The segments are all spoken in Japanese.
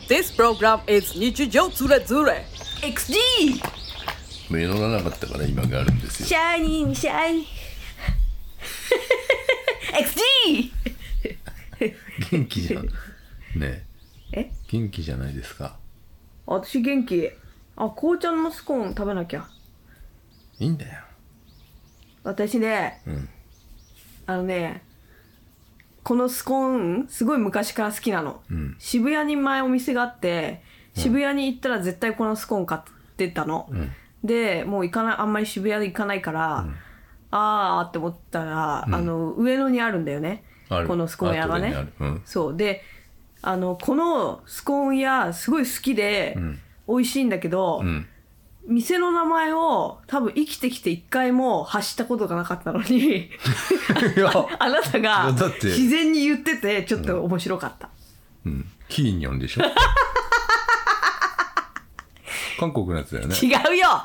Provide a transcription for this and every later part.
This program is 日常ズレズレ XG 目乗らなかったから今があるんですよ。 シャイニングシャイXG 元気じゃんねえ元気じゃないですか。 私元気。紅茶のスコーン食べなきゃ。 いいんだよ。 私ね、 うんこのスコーンすごい昔から好きなの、渋谷に前お店があって渋谷に行ったら絶対このスコーン買ってたの、でもうあんまり渋谷で行かないから、あーって思ったら、上野にあるんだよね、このスコーン屋がね、そうでこのスコーン屋すごい好きで、美味しいんだけど、店の名前を多分生きてきて一回も発したことがなかったのにあなたが自然に言っててちょっと面白かった、 キーニョンでしょ韓国のやつだよね。 違うよ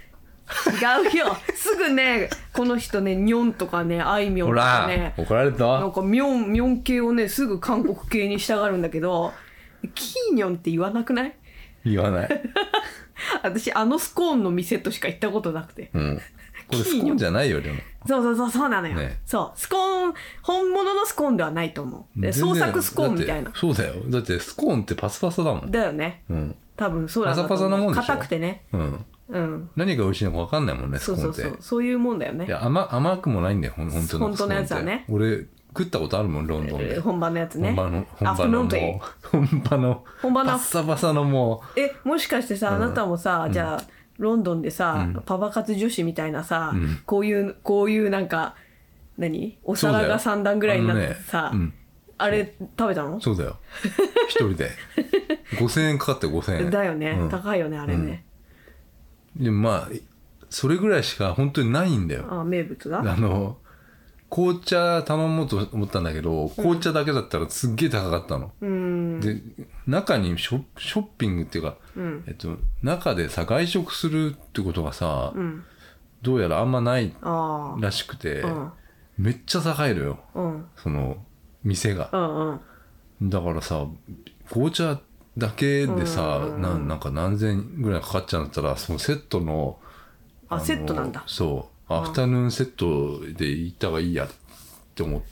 すぐねこの人ねニョンとかねあいみょんとかね怒られた。 なんかミョン系をねすぐ韓国系にしたがるんだけどキーニョンって言わなくない？ 言わない私スコーンの店としか行ったことなくて、 これスコーンじゃないよでも。 そうなのよ、ね、そうスコーン本物のスコーンではないと思う。で創作スコーンみたいな。 そうだよ。だってスコーンってパサパサだもん。 だよね、多分そうだと思う。 パサパサなもんでしょ。 硬くてね、 何が美味しいのか分かんないもんね、スコーンって。 そういうもんだよね。 いや甘くもないんだよ本当のやつはね。俺食ったことあるもんロンドンで、本場のやつね。本場のパサパサのもうもしかしてさ、あなたもさ、じゃあロンドンでさ、パパ活女子みたいなさ、こういうなんかお皿が3段ぐらいになってさ、あれ食べたの？ そうだよ一人で5000円かかって5000円だよね、高いよねあれね、 でもまあそれぐらいしか本当にないんだよ。 名物が紅茶頼もうと思ったんだけど、紅茶だけだったらすっげえ高かったの、で中にショッピングっていうか、中でさ外食するってことがさ、どうやらあんまないらしくて、めっちゃ高いのよ、その店が、だからさ紅茶だけでさ、なんか何千ぐらいかかっちゃうんだったらそのセットのセットなんだ。 そうアフタヌーンセットで行った方がいいやって思って、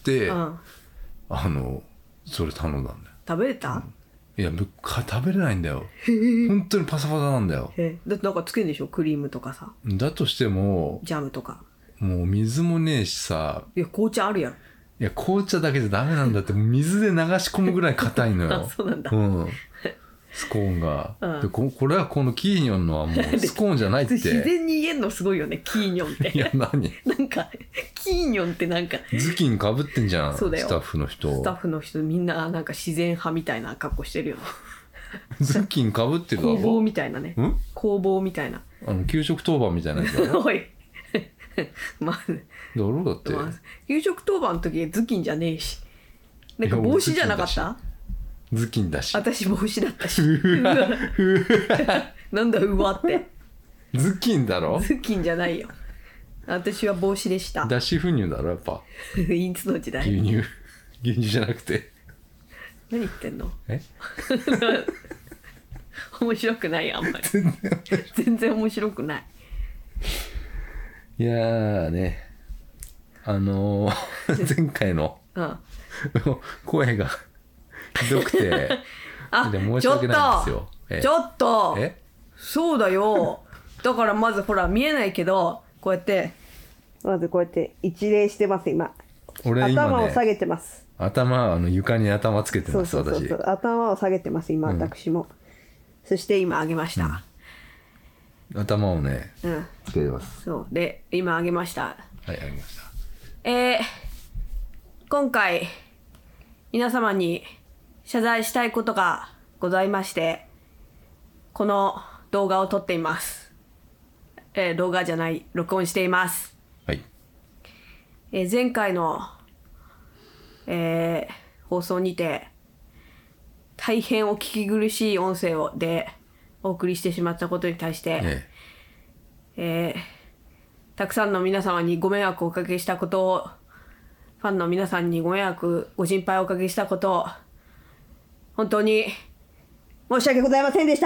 それ頼んだんだよ。 食べれた？ いや食べれないんだよ本当にパサパサなんだよ。 だってなんかつけるんでしょ、クリームとかさ。 だとしてもジャムとか。 もう水もねえしさ。 いや紅茶あるやん。 いや紅茶だけじゃダメなんだって。水で流し込むぐらい硬いのよそうなんだ、 スコーンが、でこれはこのキーニョンのはもうスコーンじゃないって自然に言えんのすごいよね、キーニョンって。 いや何なんかキーニョンってなんか頭巾かぶってんじゃん。 そうだよ、 スタッフの人みんななんか自然派みたいな格好してるよね頭巾かぶってるだろ。 工房みたいなね。工房みたいな給食当番みたいなやつだろおいまあね、 だろだって、 給食当番の時頭巾じゃねえし、なんか帽子じゃなかった？ 頭巾だし。 私帽子だったしなんだうわって頭巾だろ。 頭巾じゃないよ、私は帽子でした。 脱脂粉乳だろやっぱいつの時代？ 牛乳じゃなくて。 何言ってんの？面白くない、あんまり全然面白くない。 いやーね前回の声がひどくてで申し訳ないんですよ。 ちょっとそうだよ。だからまずほら見えないけどこうやってまずこうやって一礼してます今。俺今、頭を下げてます。 床に頭つけてます。 そう私頭を下げてます今、私も。そして今上げました、 頭をね、つけてます。 そうで今上げました。 はい、上げました。 今回皆様に謝罪したいことがございましてこの動画を撮っています。動画じゃない録音しています。 はい。 前回の、放送にて大変お聞き苦しい音声でお送りしてしまったことに対して、たくさんの皆様にご迷惑をおかけしたことを、ファンの皆さんにご心配をおかけしたことを本当に申し訳ございませんでした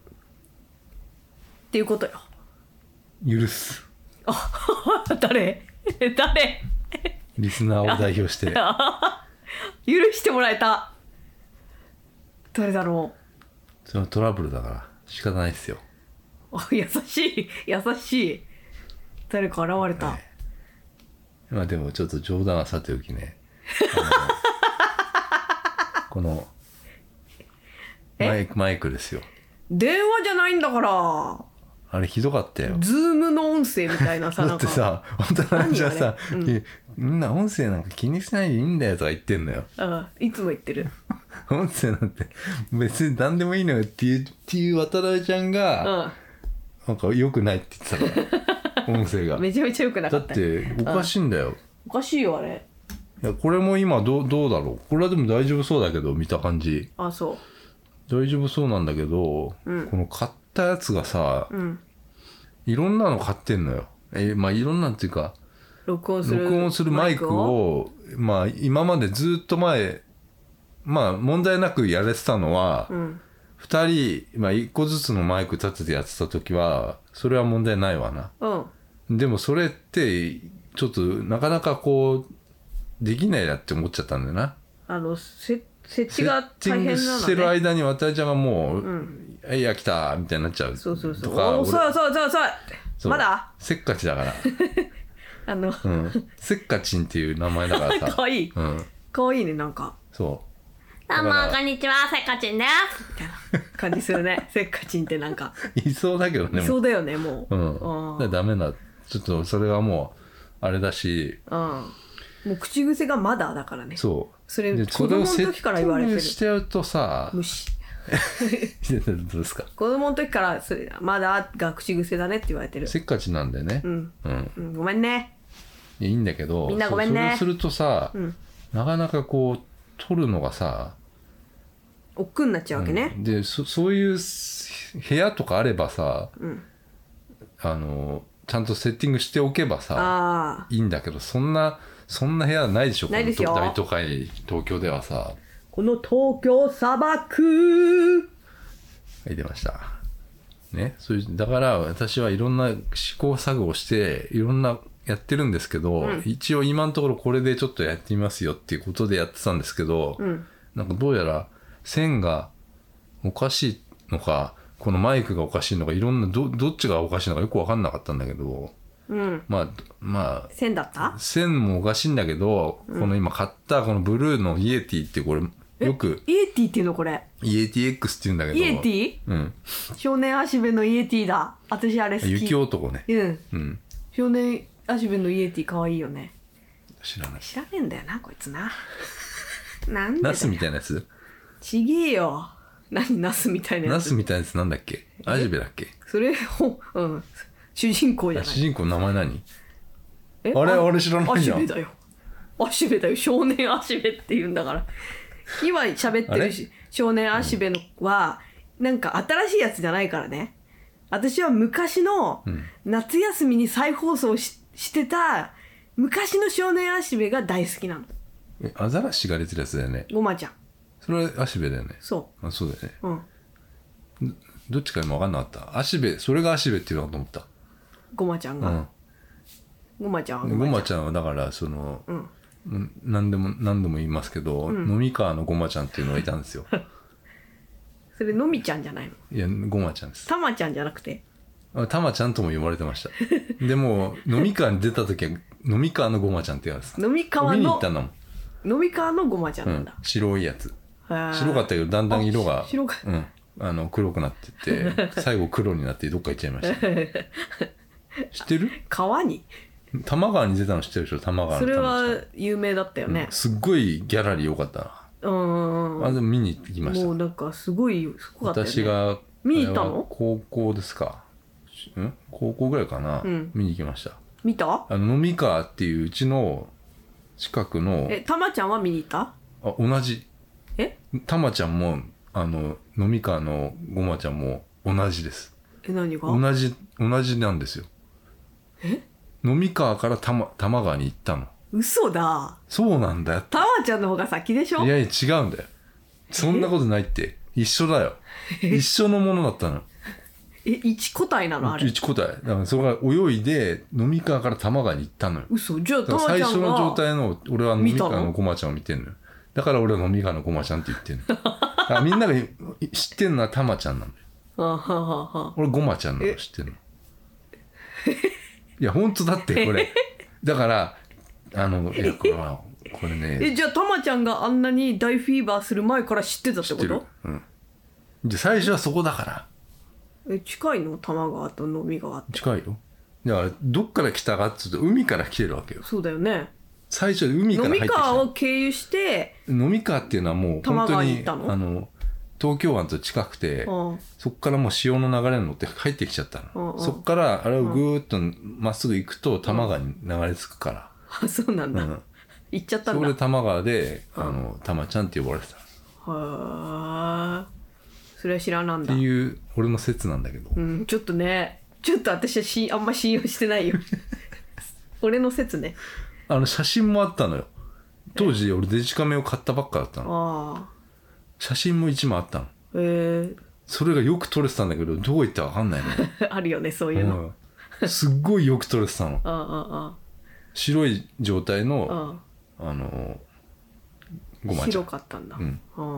っていうことよ。 許す。 誰リスナーを代表して。 許してもらえた。誰だろそのトラブルだから仕方ないですよ。 優しい。誰か現れた。 まあでもちょっと冗談はさておきね。このマイクですよ。 電話じゃないんだから。 あれひどかったよ。 ズームの音声みたいなさ。 だってさ、本当の話はさ、みんな音声なんか気にしないでいいんだよとか言ってんのよ。 いつも言ってる。 音声なんて別に何でもいいのよっていう渡辺ちゃんが、なんか良くないって言ってたから音声がめちゃめちゃ良くなかだっったておかしいんだよ。 おかしいよあれ。 いやこれも今どうだろう。これはでも大丈夫そうだけど、見た感じそう大丈夫そうなんだけど、この買ったやつがさ、いろんなの買ってんのよ。まあいろんなっていうか録音するマイクをまあ今までずっと前まあ問題なくやれてたのは、2人、まあ、1個ずつのマイク立ててやってた時はそれは問題ないわな。でもそれってちょっとなかなかこうできないなって思っちゃったんだよな。 設置が大変なのね。 セッティングしてる間に渡ちゃんがもう「いや来た」みたいになっちゃう。 そうとかそうまだせっかちだからせっかちんっていう名前だからさかわいい、かわいいね。なんかそうどうもこんにちはせっかちんですみたいな感じするね。せっかちんってなんかいそうだけどね。 いそうだよねもう。 ダメだ。ちょっとそれはもうあれだし、もう口癖がまだだからね。 それ子供の時から言われてる。 してやるとさ無視どうですか。 子供の時からそれまだが口癖だねって言われてる。 せっかちなんでね。 ごめんね。 いいんだけど、 みんなごめんね。 そうするとさ、なかなかこう取るのがさ億劫になっちゃうわけね。 でそういう部屋とかあればさ、ちゃんとセッティングしておけばさいいんだけど、そんな部屋ないでしょ。 ないですよ。 大都会東京ではさ。 この東京砂漠出ましたね。だから私はいろんな試行錯誤していろんなやってるんですけど、一応今のところこれでちょっとやってみますよっていうことでやってたんですけど、なんかどうやら線がおかしいのかこのマイクがおかしいのか、いろんなどっちがおかしいのかよく分かんなかったんだけど、まあ線だった？ 線もおかしいんだけど、この今買ったこのブルーのイエティってこれよくイエティっていうのこれ。 イエティ X っていうんだけど。 イエティ？少年足部のイエティだ。私あれ好き。 雪男ね。 少年足部のイエティ可愛いよね。 知らない。 知らねえんだよなこいつな。なんでだよ。 ナスみたいなやつ？ ちげえよ。何ナスみたいなやつ？ ナスみたいなやつなんだっけ？アジベだっけ？ それ主人公じゃない。 主人公の名前何？あれ知らないじゃん。 アシベだよ。アシベだよ。少年アシベって言うんだから。今喋ってるし、少年アシベのはなんか新しいやつじゃないからね。私は昔の夏休みに再放送してた昔の少年アシベが大好きなの。 アザラシが出てるやつだよね。 ごまちゃん。 それはアシベだよね。 そう。 そうだよね。どっちか今分かんなかった。アシベ、それがアシベっていうのかと思った。 ごまちゃんが。ごまちゃんはごまちゃんはだから何でも言いますけど、飲み川のごまちゃんっていうのがいたんですよ。 それのみちゃんじゃないの？ いやごまちゃんです。 たまちゃんじゃなくて？ たまちゃんとも呼ばれてました。でも飲み川に出た時は飲み川のごまちゃんって言われてた。 飲み川の見に行ったんだもん。 飲み川のごまちゃんなんだ。 白いやつ。白かったけどだんだん色が黒くなってって最後黒になってどっか行っちゃいました。知ってる？ 川に？ 多摩川に出たの知ってるでしょ？多摩川の。 それは有名だったよね。 すっごいギャラリー良かったな。でも見に行きました。 もうなんかすごかったよね。 私が見に行ったの？ 高校ですか。高校ぐらいかな。見に行きました。 見た？ 飲み川っていううちの近くの。 たまちゃんは見に行った？ 同じ。たまちゃんも飲み川のごまちゃんも同じです。 何が？ 同じなんですよ。飲み川から多摩川に行ったの。 嘘だ。 そうなんだよ。 たまちゃんの方が先でしょ？ いや違うんだよ。そんなことないって。 一緒だよ。一緒のものだったの。 一個体なのあれ。 一個体。だからそれが泳いで飲み川から多摩川に行ったのよ。 嘘。じゃあだから最初の状態の俺は飲み川のごまちゃんを見てんのよ。だから俺は飲み川のごまちゃんって言ってんの。だからみんなが知ってんのはたまちゃんなのよ。俺ごまちゃんなの知ってんの。いや本当だってこれ。だからいやこれね。 じゃあたまちゃんがあんなに大フィーバーする前から知ってたってこと？ うん。で最初はそこだから。 近いの？多摩川と飲み川って。 近いよ。だからどっから来たかっつうと海から来てるわけよ。 そうだよね。 最初海から入ってきた。 飲み川を経由して飲み川っていうのはもう本当に東京湾と近くて、そこからもう潮の流れに乗って入ってきちゃったの。そこからあれをぐーっとまっすぐ行くと多摩川に流れ着くから。 あ、そうなんだ。行っちゃったんだ。 それで多摩川でたまちゃんって呼ばれてた。 はー。それは知らなんだっていう俺の説なんだけど、 ちょっとね、ちょっと私はあんま信用してないよ俺の説ね。 写真もあったのよ。当時俺デジカメを買ったばっかだったの。写真も一枚あったの。それがよく撮れてたんだけどどこ行ったか分かんないのあるよねそういうの、 すっごいよく撮れてたの。白い状態のごまちゃん。 白かったんだ。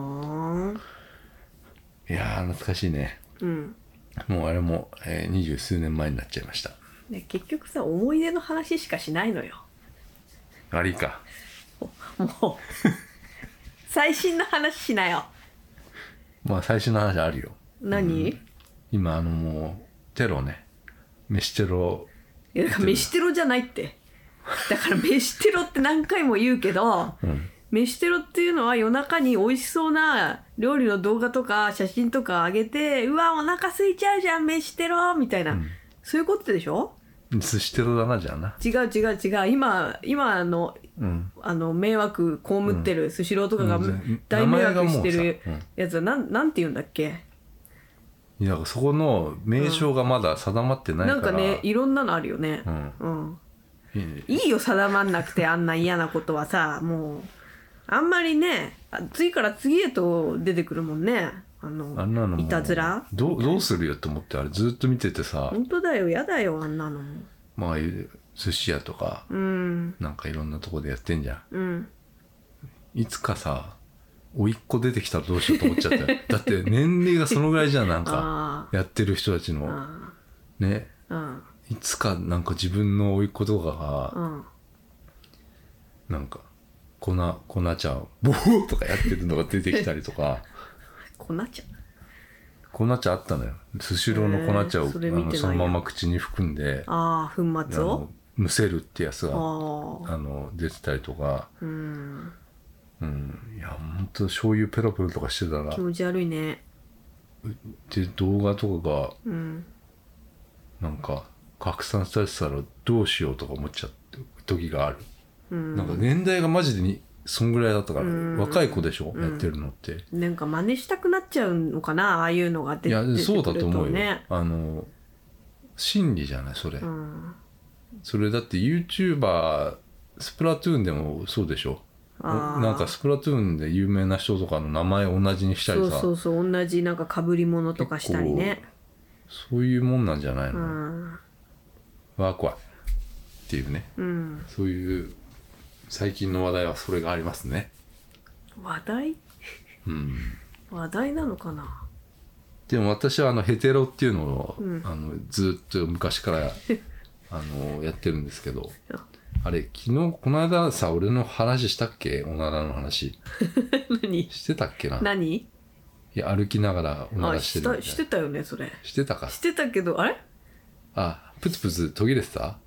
いやー懐かしいね。もうあれも20数年前になっちゃいました、 ね。結局さ思い出の話しかしないのよ。 あれかもう最新の話しなよ。 まあ最新の話あるよ。 何？ 今もうテロね、飯テロ。 いやだから飯テロじゃないって。だから飯テロって何回も言うけど、飯テロっていうのは夜中に美味しそうな料理の動画とか写真とか上げて、うわお腹空いちゃうじゃん飯テロみたいな、そういうことでしょ？ 寿司テロだなじゃあな。 違う今迷惑被ってるスシローとかが大迷惑してるやつはなんて言うんだっけ？ いやそこの名称がまだ定まってないから、 なんかねいろんなのあるよね。いいよ定まんなくてあんな嫌なことはさ、もうあんまりね次から次へと出てくるもんね。あんなのいたずらどうするよと思ってあれずっと見ててさ。 本当だよ、やだよあんなの。 まあ寿司屋とか、なんかいろんなとこでやってんじゃん、いつかさ甥っ子出てきたらどうしようと思っちゃったよだって年齢がそのぐらいじゃん、なんかやってる人たちのね、いつかなんか自分の甥っ子とかが、なんか粉茶ボーとかやってるのが出てきたりとか粉茶あったのよ。スシローの粉茶をそのまま口に含んで粉末をむせるってやつが出てたりとか、いやほんと醤油ペロペロとかしてたら気持ち悪いね。 で動画とかが、なんか拡散されてたらどうしようとか思っちゃう時がある、なんか年代がマジでそんぐらいだったから、若い子でしょ、やってるのって。なんか真似したくなっちゃうのかな、ああいうのが出てくるとね。いやそうだと思うよ。心理じゃないそれ、それだって YouTuber スプラトゥーンでもそうでしょ。なんかスプラトゥーンで有名な人とかの名前同じにしたりさ、 そう同じなんか被り物とかしたりね。 そういうもんなんじゃないの、わー怖いっていうね、そういう最近の話題はそれがありますね。 話題？話題なのかな。 でも私はヘテロっていうのを、ずっと昔からやってるんですけどあれ昨日この間さ俺の話したっけ？おならの話何してたっけな。 何？ いや歩きながらおならしてるみたいな。 してたよねそれ。 してたか。 してたけどあれ？ プツプツ途切れてた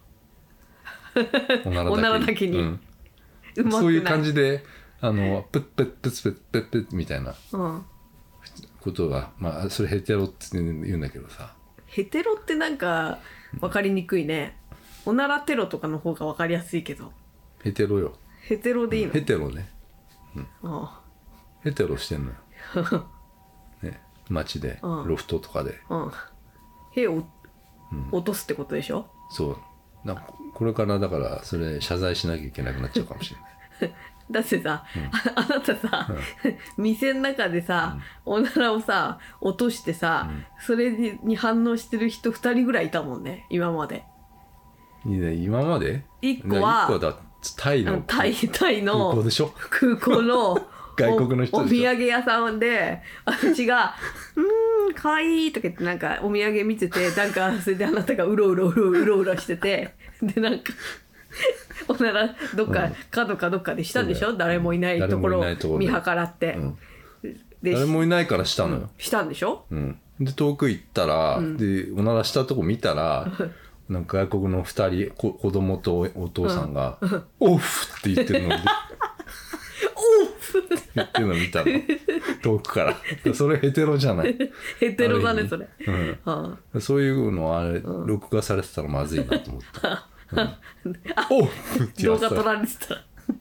おならだけに、 そういう感じでプップップツプップップッみたいなことが、まあそれヘテロって言うんだけどさ。 ヘテロってなんか分かりにくいね。おならテロとかの方が分かりやすいけど。 ヘテロよ。 ヘテロでいいの？ ヘテロね。ヘテロしてんのよ。ね、街でロフトとかで。 屁を落とすってことでしょ？ そう。なんかこれからだからそれ謝罪しなきゃいけなくなっちゃうかもしれない。 だってさ、あなたさ、 店の中でさ、おならをさ落としてさ、それに反応してる人2人ぐらいいたもんね今まで。 いいね、今まで 1個は 1個はだタイのタイの空港でしょ。 空港の外国の人でしょ。 お土産屋さんで私が「かわいい」とか言ってなんかお土産見てて、なんかそれであなたがうろうろしてて、でなんかおならどっか、角かどっかでしたんでしょ、誰もいないところを見計らって、で誰もいないからしたのよ、 したんでしょ、 で遠く行ったら、でおならしたとこ見たらなんか外国の2人子供とお父さんが「オフ!」って言ってるのを言ってるの見たの遠くからそれヘテロじゃない。 ヘテロだねそれ、 そういうのあれ、録画されてたらまずいなと思ったおっって動画撮られてた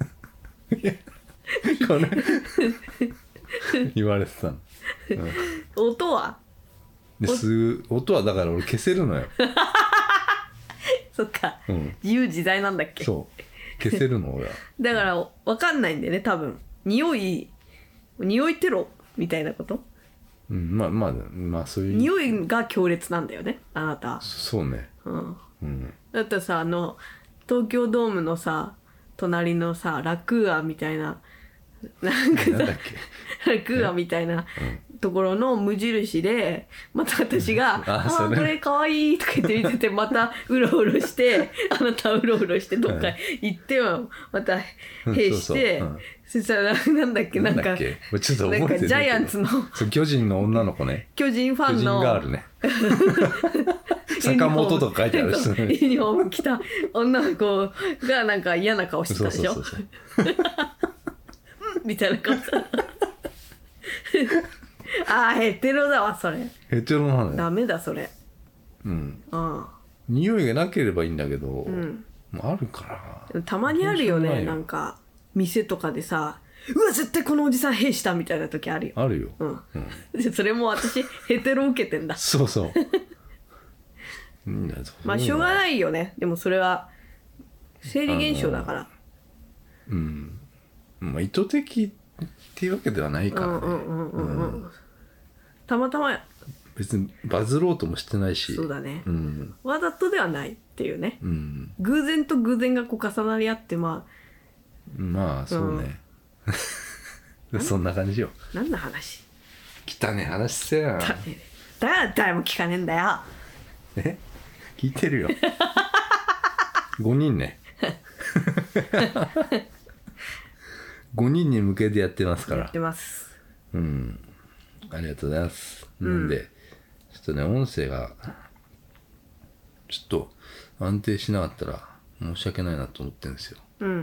これ言われてたの、 音は音はだから俺消せるのよそっか、自由自在なんだっけ。 そう消せるの俺はだから分かんないんだよね多分。匂いテロみたいなこと、 まあそういう匂いが強烈なんだよねあなた。 そうね、 だってさ東京ドームのさ隣のさラクーアみたいななんかさラクーアみたいなところの無印でまた私が「これかわいい」とか言って見てて、またうろうろしてあなたうろうろしてどっか行ってはまた兵して、そしたらなんだっけ、なんかちょっと覚えてないけど、 ジャイアンツの巨人の女の子ね、 巨人ファンの巨人ガールね坂本とか書いてある人ね、 ユニフォーム着た女の子がなんか嫌な顔してたでしょみたいな顔したあーヘテロだわそれ。 ヘテロなのよ。 ダメだそれ。 匂いがなければいいんだけど、もうあるから。 たまにあるよね、なんか店とかでさ、うわ絶対このおじさん兵したみたいな時あるよ。 あるよ。 それも私ヘテロ受けてんだ。 そうそう。 まあしょうがないよね。でもそれは生理現象だから。 まあ意図的っていうわけではないからね。 たまたま別にバズろうともしてないし。 そうだね、わざとではないっていうね、偶然と偶然がこう重なり合って、まあそうね、そんな感じよ。 何の話。 汚ね話せよ。 だから誰も聞かねえんだよ。 聞いてるよ5人ね5人に向けてやってますから。 やってます。 ありがとうございます。なんでちょっとね音声がちょっと安定しなかったら申し訳ないなと思ってるんですよ。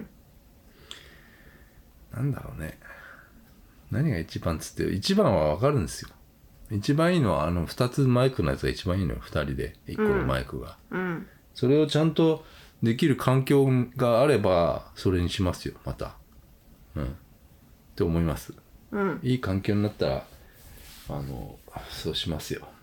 なんだろうね、何が一番つって、一番は分かるんですよ。一番いいのは2つマイクのやつが一番いいのよ。2人で1個のマイクが、それをちゃんとできる環境があればそれにしますよまた。って思います。いい環境になったらそうしますよ。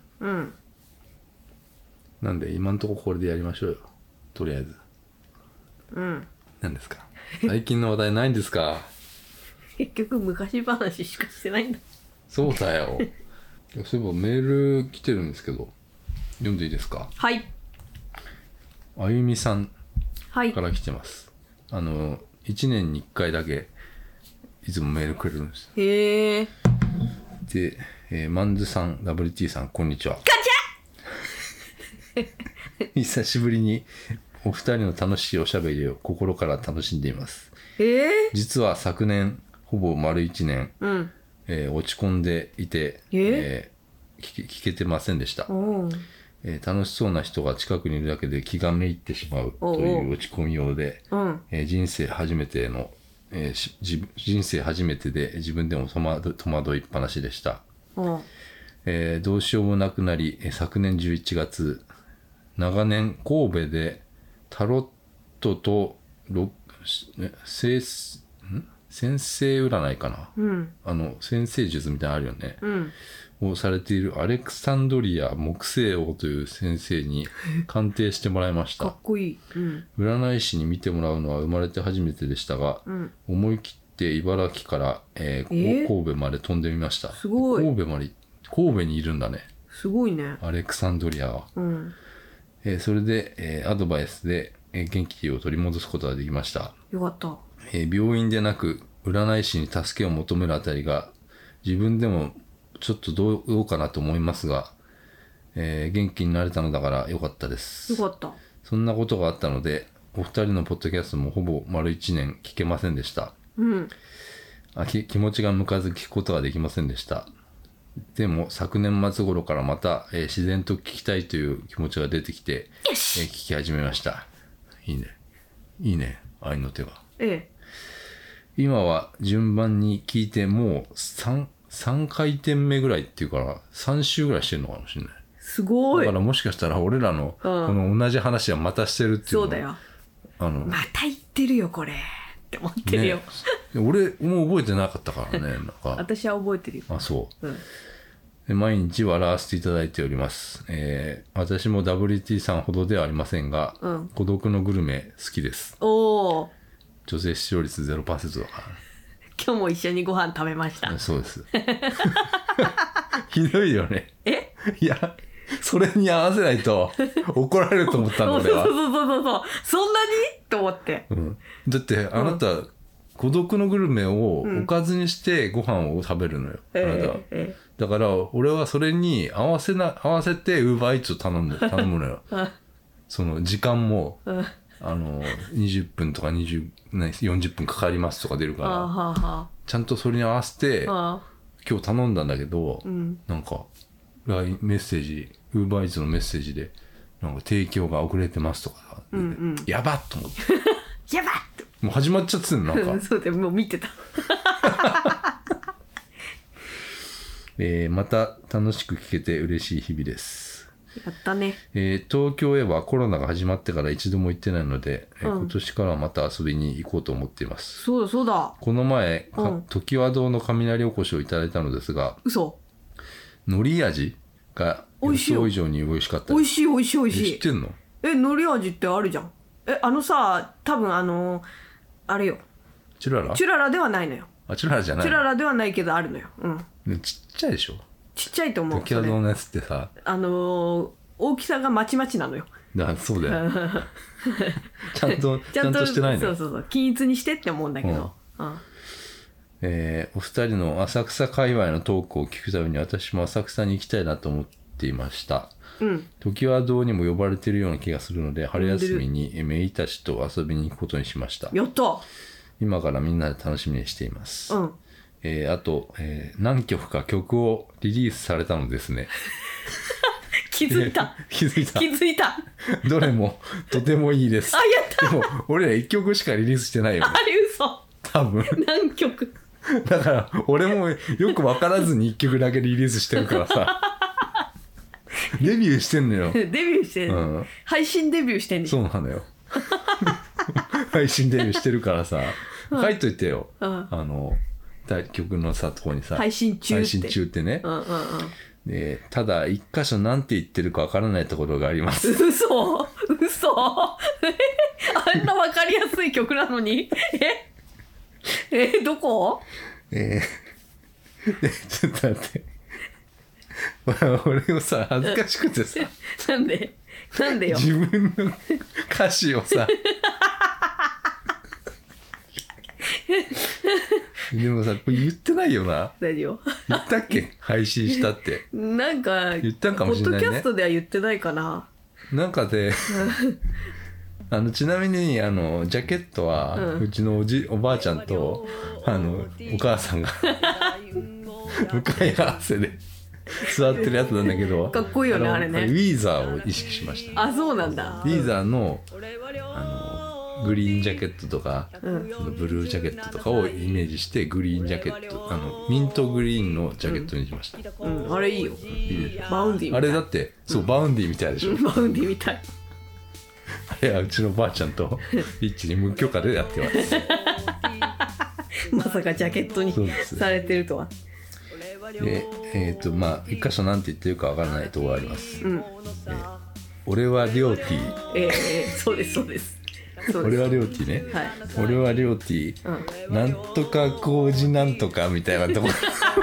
なんで今のところこれでやりましょうよとりあえず。何ですか最近の話題ないんですか結局昔話しかしてないんだ。 そうだよそういえばメール来てるんですけど読んでいいですか。 はい。 あゆみさんはい。 から来てます。1年に1回だけいつもメールくれるんです。 へえ。 で、マンズさん WT さんこんにちは。 ガチャ久しぶりにお二人の楽しいおしゃべりを心から楽しんでいます。実は昨年ほぼ丸1年、落ち込んでいて、聞けてませんでした。楽しそうな人が近くにいるだけで気がめいってしまうという落ち込みようで、人生初めてで自分でも戸惑いっぱなしでした。どうしようもなくなり、昨年11月長年神戸でタロットと先生占いかな、先生術みたいなのあるよね、をされているアレクサンドリア木星王という先生に鑑定してもらいました。 かっこいい。 占い師に見てもらうのは生まれて初めてでしたが、思い切って茨城から、神戸まで飛んでみました。 すごい。 神戸にいるんだね。 すごいね。 アレクサンドリアは。それで、アドバイスで、元気を取り戻すことができました。 よかった。 病院でなく占い師に助けを求めるあたりが自分でもちょっとどうかなと思いますが、元気になれたのだからよかったです。 よかった。 そんなことがあったのでお二人のポッドキャストもほぼ丸1年聞けませんでした。気持ちが向かず聞くことができませんでした。でも昨年末頃からまた、自然と聞きたいという気持ちが出てきて、聞き始めました。いいね愛の手が。今は順番に聞いてもう3回転目ぐらいっていうから3週ぐらいしてるのかもしれない。 すごい。 だからもしかしたら俺らのこの同じ話はまたしてるっていうの。 そうだよ。また言ってるよこれって思ってるよ、ね、 俺も覚えてなかったからね。なんか私は覚えてるよ。 あ、そう、毎日笑わせていただいております。私も WT さんほどではありませんが、孤独のグルメ好きです。 おー、 女性視聴率 0% だから。 今日も一緒にご飯食べました。 そうですひどいよね。いやそれに合わせないと怒られると思ったの俺は。そうそんなにと思って、 だってあなた、孤独のグルメをおかずにしてご飯を食べるのよ、あなた、だから俺はそれに合わせて Uber Eats を頼むのよその時間も、20分とか40分かかりますとか出るから、ちゃんとそれに合わせて今日頼んだんだけど、なんかメッセージUber Eats のメッセージでなんか提供が遅れてますとか、やばっと思ってやばっもう始まっちゃってんのなんかそうでもう見てたまた楽しく聞けて嬉しい日々です。 やったね。 東京へはコロナが始まってから一度も行ってないので、今年からはまた遊びに行こうと思っています。 そうだ。この前、常盤堂の雷おこしをいただいたのですが、 嘘。 海苔味が予想以上に美味しかったです。 美味しい。 知ってんの？ 海苔味ってあるじゃん。さ、多分あれよ。 チュララではないのよ。 チュララじゃない。 チュララではないけどあるのよ。 ちっちゃいでしょ。 ちっちゃいと思う。 常盤堂のやつってさ、 大きさがまちまちなのよ。 そうだよちゃんとしてないのよ。 そう均一にしてって思うんだけど、 お二人の浅草界隈のトークを聞くために私も浅草に行きたいなと思っていました。常盤堂にも呼ばれているような気がするので、春休みに姪たちと遊びに行くことにしました。 やった。今からみんなで楽しみにしています。あと、何曲か曲をリリースされたのですね。 気づいた。 どれもとてもいいです。 やった。 でも俺ら1曲しかリリースしてないよね。 あれ嘘。 多分。 何曲。 だから俺もよく分からずに1曲だけリリースしてるからさ。デビューしてんのよ。配信デビューしてんのよ。 そうなのよ。配信デビューしてるからさ、書いといてよ。曲のさとこにさ、 配信中ってね。でただ一箇所なんて言ってるかわからないところがあります。 嘘あんなわかりやすい曲なのにどこ？ ちょっと待って俺もさ恥ずかしくてさなんでよ。 自分の歌詞をさでもさこれ言ってないよな。 何を言ったっけ？配信したってなんか言ったんかもしれないね。 ポッドキャストでは言ってないかな。 なんかでちなみにジャケットは、うちのおばあちゃんとお母さんが向かい合わせで座ってるやつなんだけど、 かっこいいよねあれね。 ウィーザーを意識しました。 あ、そうなんだ。 ウィーザーのグリーンジャケットとか、そのブルージャケットとかをイメージしてグリーンジャケットミントグリーンのジャケットにしました。 あれいいよ。バウンディみたい。 あれだってそうバウンディみたいでしょ。 バウンディみたい。 あれはうちのばあちゃんとリッチに無許可でやってます。 まさかジャケットにされてるとは。 でまあ一箇所なんて言ってるかわからないところがあります。俺はリョーティー。 そうです。 そうです俺はりょうティね、 はい俺はりょうティ、なんとか麹なんとかみたいなとこ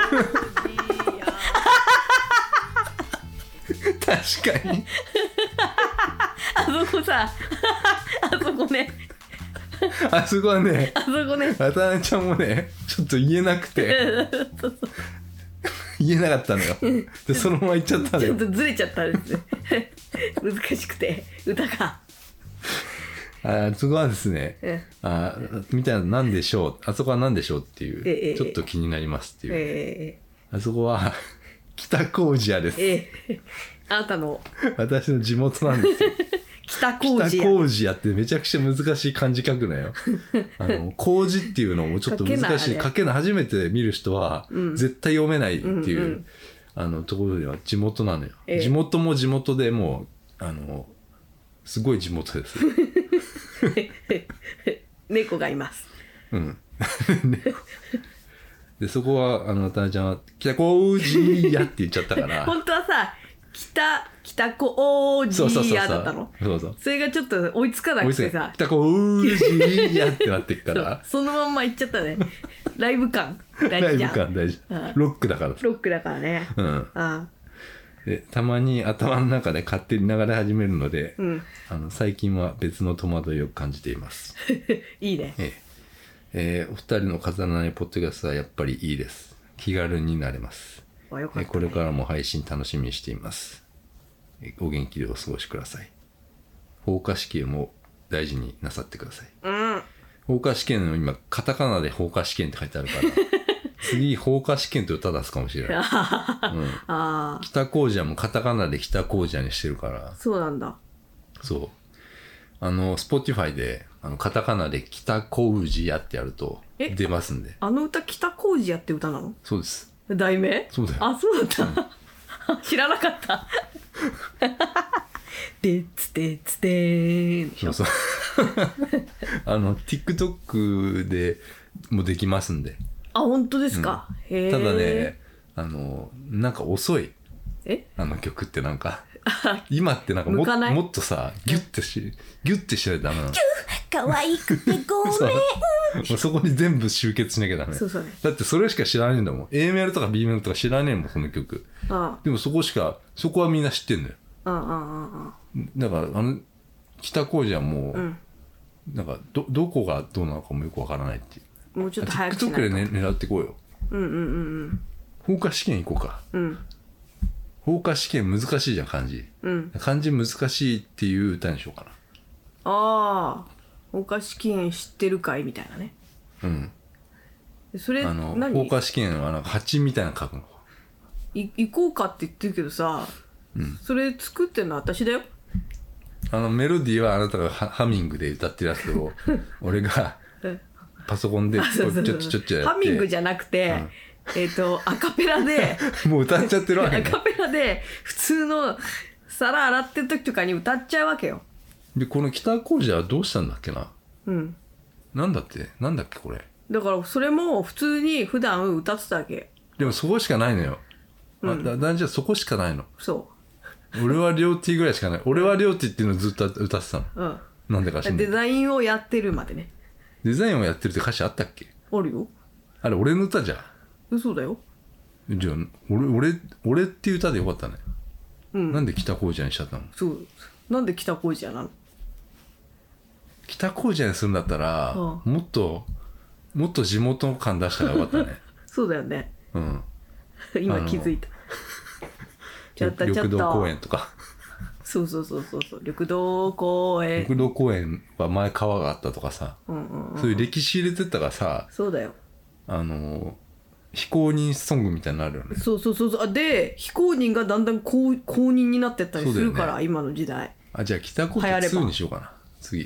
確かにあそこさあそこねあそこはねあそこね渡辺ちゃんもねちょっと言えなくて言えなかったのよでそのまま言っちゃったのよちょっとずれちゃったんですね難しくて歌があそこはですね、みたいな何でしょうあそこは何でしょうっていう、ちょっと気になりますっていう、あそこは北麹屋です、 あなたの私の地元なんですよ北麹屋北麹屋ってめちゃくちゃ難しい漢字書くのよ麹っていうのもちょっと難しい書けない初めて見る人は絶対読めないっていう、ところでは地元なのよ、地元も地元でもうすごい地元です猫がいますでそこは渡辺ちゃんは北麹屋って言っちゃったから本当はさ北麹屋だったの。 そうそれがちょっと追いつかなくてさ北麹屋ってなってっからそのまんま行っちゃったねライブ感大事じゃん。 ライブ感大事、ロックだからロックだからね、 でたまに頭の中で勝手に流れ始めるので、最近は別の戸惑いを感じていますいいね、 お二人の飾らないポッドキャストはやっぱりいいです。気軽になれます。 よかったね、 これからも配信楽しみにしています。お元気でお過ごしください。法科試験も大事になさってください。法科試験の今カタカナで法科試験って書いてあるから次法科試験と歌出すかもしれない、北麹屋もカタカナで北麹屋にしてるから。 そうなんだ。 そうSpotify でカタカナで北麹屋ってやると出ますんで。 あの歌北麹屋って歌なの？ そうです。 題名？ そうだよ。 あ、そうだった、知らなかったでつてつてーん。 そうTikTok でもできますんで。 あ、本当ですか、へー。 ただねなんか遅い。曲ってなんか今ってなんかもっとさギュッてしないとダメなの。 可愛くてごめんもうそこに全部集結しなきゃダメ。 そうね、 だってそれしか知らないんだもん。 A メロとか B メロとか知らねえもんその曲。でもそこはみんな知ってんのよ。だから北麹はもう、なんかどこがどうなのかもよくわからないっていう。 もうちょっと早くしないと。 TikTok で、狙っていこうよ。法科試験行こうか。法科試験難しいじゃん漢字、漢字難しいっていう歌にしようかな。 法科試験知ってるかいみたいなね。それ何？ 法科試験はなんか蜂みたいなの書くの。 行こうかって言ってるけどさ、それ作ってんの私だよ。 メロディーはあなたがハミングで歌ってるやつを俺がパソコンでちょっとやってハミングじゃなくて、アカペラでもう歌っちゃってるわけね。アカペラで普通の皿洗ってる時とかに歌っちゃうわけよ。 でこの北麹はどうしたんだっけな。なんだっけこれ。 だからそれも普通に普段歌ってたわけ。 でもそこしかないのよ。男児はそこしかないの。 そう。 俺はりょうティぐらいしかない。俺はりょうティっていうのをずっと歌ってたの。なんでか知らない。 デザインをやってるまでね。 デザインをやってるって歌詞あったっけ？ あるよ。 あれ俺の歌じゃん。 嘘だよ。 じゃあ俺っていう歌でよかったね。なんで北麹屋にしちゃったの？ そう。なんで北麹屋なの？ 北麹屋にするんだったら、もっと地元感出したらよかったね。 そうだよね。今気づいた。 緑道公園とか。 そう。緑道公園。 緑道公園は前川があったとかさ、そういう歴史入れてったからさ。 そうだよ。 非公認ソングみたいになるよね。 そう。で非公認がだんだん公認になってったりするから、今の時代。 じゃあ北麹屋2にしようかな次。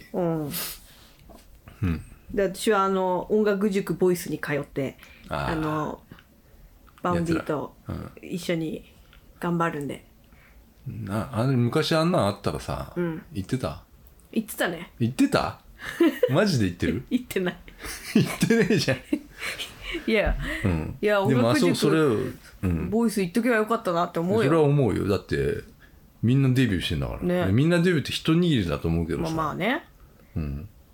で私は音楽塾ボイスに通ってバウンディと一緒に頑張るんで。 昔あんなんあったらさ、言ってた？ 言ってたね。 言ってた？マジで言ってる？ 言ってない。 言ってねえじゃん。 いや音楽塾それボイス言っとけばよかったなって思うよ。 それは思うよ。だってみんなデビューしてんだからね。みんなデビューって一握りだと思うけどさ。 まあね。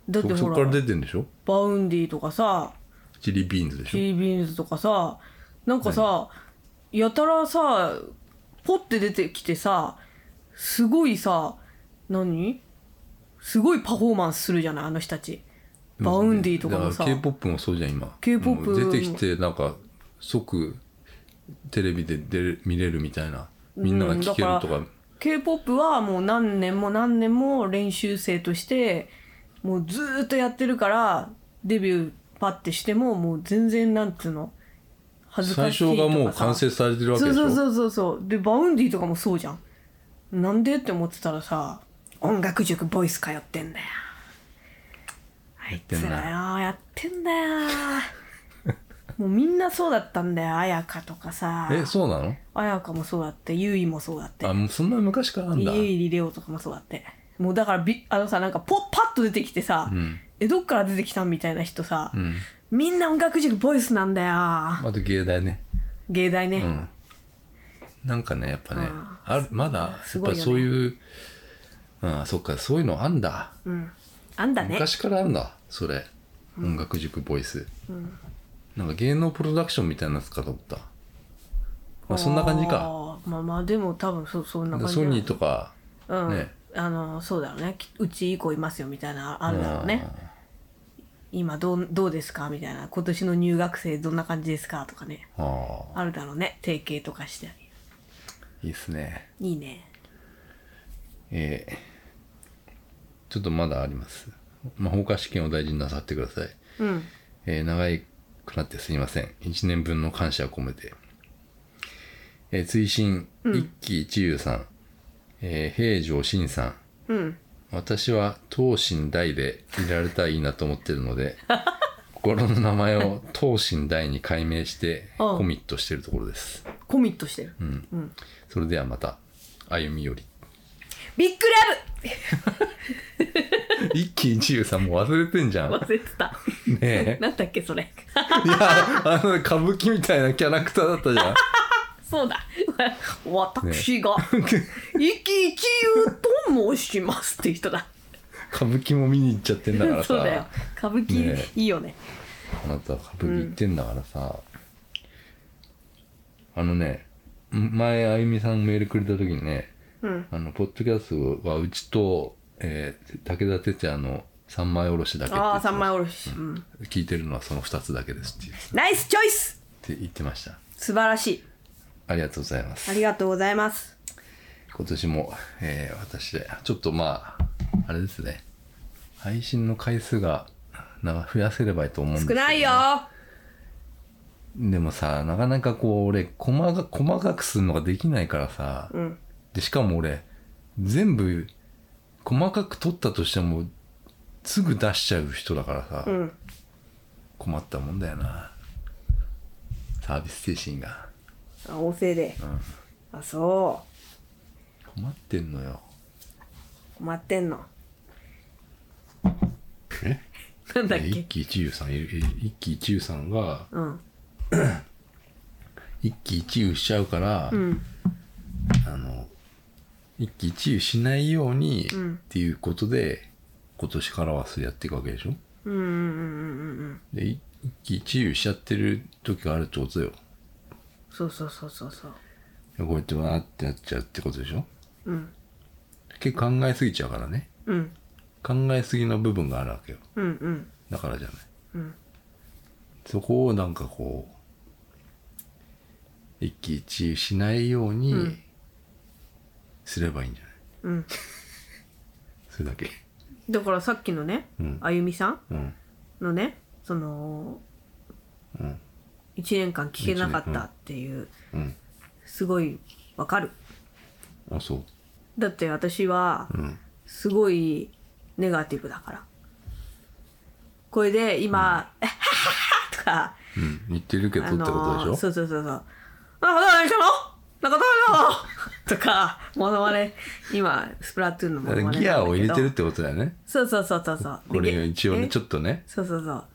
だってほそこからら出てんでしょ。 バウンディとかさチリビーンズでしょ。 チリビーンズとかさなんかさやたらさポッて出てきてさすごいさすごいパフォーマンスするじゃないあの人たち。バウンディとかもさだから K-POP もそうじゃん今。 K-POP もう出てきてなんか即テレビで見れるみたいな、みんなが聴けるとか、 K-POP はもう何年も何年も練習生としてもうずーっとやってるからデビューパッてしてももう全然なんていうの恥ずか最しいとかさ初がもう完成されてるわけでしょ。 そうでバウンディとかもそうじゃん。なんでって思ってたらさ音楽塾ボイス通ってんだよあいつらよやってんだよもうみんなそうだったんだよ。彩香とかさそうなの。 彩香もそうだってゆいもそうだってもうそんな昔からなんだ。 ゆいりレオとかもそうだってもうだからなんかパッと出てきてさ、どっから出てきたんみたいな人さ、みんな音楽塾ボイスなんだよ。 また芸大ね。 芸大ね、 なんかねやっぱねまだやっぱすごいよねそういうそっかそういうのあんだ、 あんだね。 昔からあんだそれ、音楽塾ボイス、なんか芸能プロダクションみたいなやつかと思った。そんな感じか。 まあでも多分そんな感じソニーとか、ねそうだろうね。うちいい子いますよみたいなあるだろうね。今どうですかみたいな、今年の入学生どんな感じですかとかね、あるだろうね。提携とかしていいっすね。 いいね。 ちょっとまだあります。法科試験を大事になさってください。長くなってすみません。1年分の感謝を込めて、追伸一喜一憂さん、平城真さん、私は東進大でいられたらいいなと思ってるので心の名前を東進大に改名してコミットしてるところです。 コミットしてる。 それではまた歩み寄り。 ビッグラブ一喜一憂さんもう忘れてんじゃん。 忘れてた。 ねえ。 なんだっけそれ。 いや歌舞伎みたいなキャラクターだったじゃん。 そうだ。私が一喜一憂と申しますっていう人だ。 歌舞伎も見に行っちゃってんだからさ。 そうだよ。歌舞伎、 ねいいよね。 あなた歌舞伎行ってんだからさ、前あゆみさんメールくれた時にね、ポッドキャストはうちと、武田鉄矢の三枚おろしだけって言ってました。 三枚おろし、 聞いてるのはその2つだけですってナイスチョイス言ってました。 素晴らしい。 ありがとうございます。 ありがとうございます。 今年も、私でちょっとあれですね、配信の回数が増やせればいいと思うんですけど、ね、 少ないよ。 でもさ、なかなか俺細かくするのができないからさ、でしかも俺全部細かく撮ったとしてもすぐ出しちゃう人だからさ、困ったもんだよな、サービス精神が。 旺盛で、そ困ってんのよ。 困ってんの。 なんだっけ。 一喜一憂さんが、 一喜一憂しちゃうから、一喜一憂しないようにっていうことで、今年からはそれやっていくわけでしょ。で一喜一憂しちゃってる時があるってことよ。 そうこうやってわーってやっちゃうってことでしょ。結構考えすぎちゃうからね。考えすぎの部分があるわけよ。だからじゃない。そこをなんか一喜一憂しないようにすればいいんじゃない。それだけ。 だからさっきのね、あゆみさんのね、その、1年間聞けなかったっていう、すごいわかる。 あ、そう。 だって私はすごいネガティブだから。これで今、はははとか、 言ってるけどってことでしょ。 そう。何したの中田だとか、モノマネ、今、スプラトゥーンのモノマネなんだけど。 ギアを入れてるってことだよね。 そう。 これ一応ね、ちょっとね。 そう。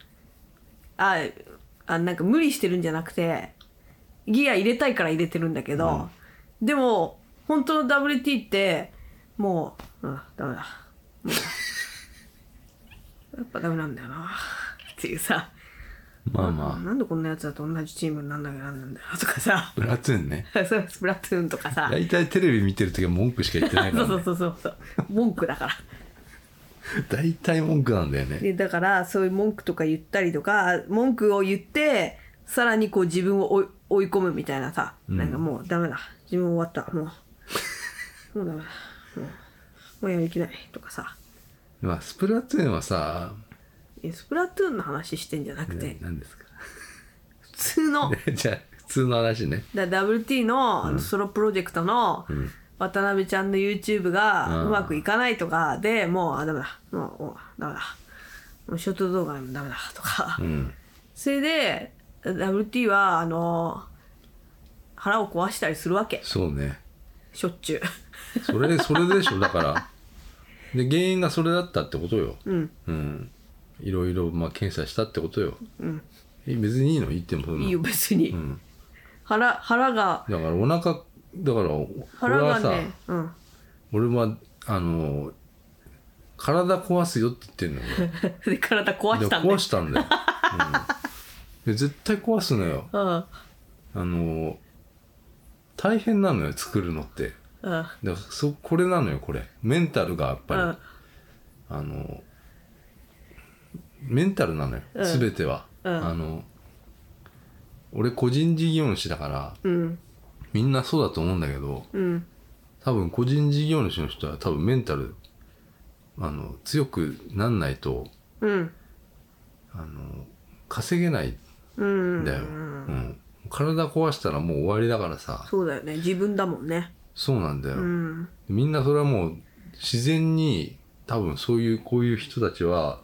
なんか無理してるんじゃなくて、ギア入れたいから入れてるんだけど、でも、本当の WT って、もう、ダメだ。 やっぱダメなんだよなっていうさ、 まあまあなんでこんなやつだと同じチームになんなきゃなんなんだよとかさプラトゥーンねそうスプラトゥーンとかさ大体テレビ見てる時は文句しか言ってないかそうら、ね、 そう文句だから大体文句なんだよね。 でだからそういう文句とか言ったりとか文句を言ってさらにこう自分を追い込むみたいなさ、なんかもうダメだ自分終わったもうダメだもうやる気ないとかさ、 まあスプラトゥーンはさ、 スプラトゥーンの話してんじゃなくて、 何ですか普通のじゃあ普通の話ね。 WT のソロプロジェクトの渡辺ちゃんの YouTube がうまくいかないとかでもうダメだもうダメだもうショート動画でもダメだとか、それで WT は腹を壊したりするわけそうね。 しょっちゅうそれでしょだからで原因がそれだったってことよ。いろいろまあ検査したってことよ。別にいいの言ってもそんないいよ別に、腹がだからお腹だから腹が俺はさ、 ね、 俺は体壊すよって言ってんのよで体壊でしたんだよ壊したんだよ、で絶対壊すのよ。大変なのよ作るのって。だからこれなのよこれメンタルがやっぱり、メンタルなのよ、全ては。俺個人事業主だから、みんなそうだと思うんだけど、多分個人事業主の人は多分メンタル強くなんないと、稼げないんだよ、体壊したらもう終わりだからさ。 そうだよね自分だもんね。 そうなんだよ、みんなそれはもう自然に多分こういう人たちは、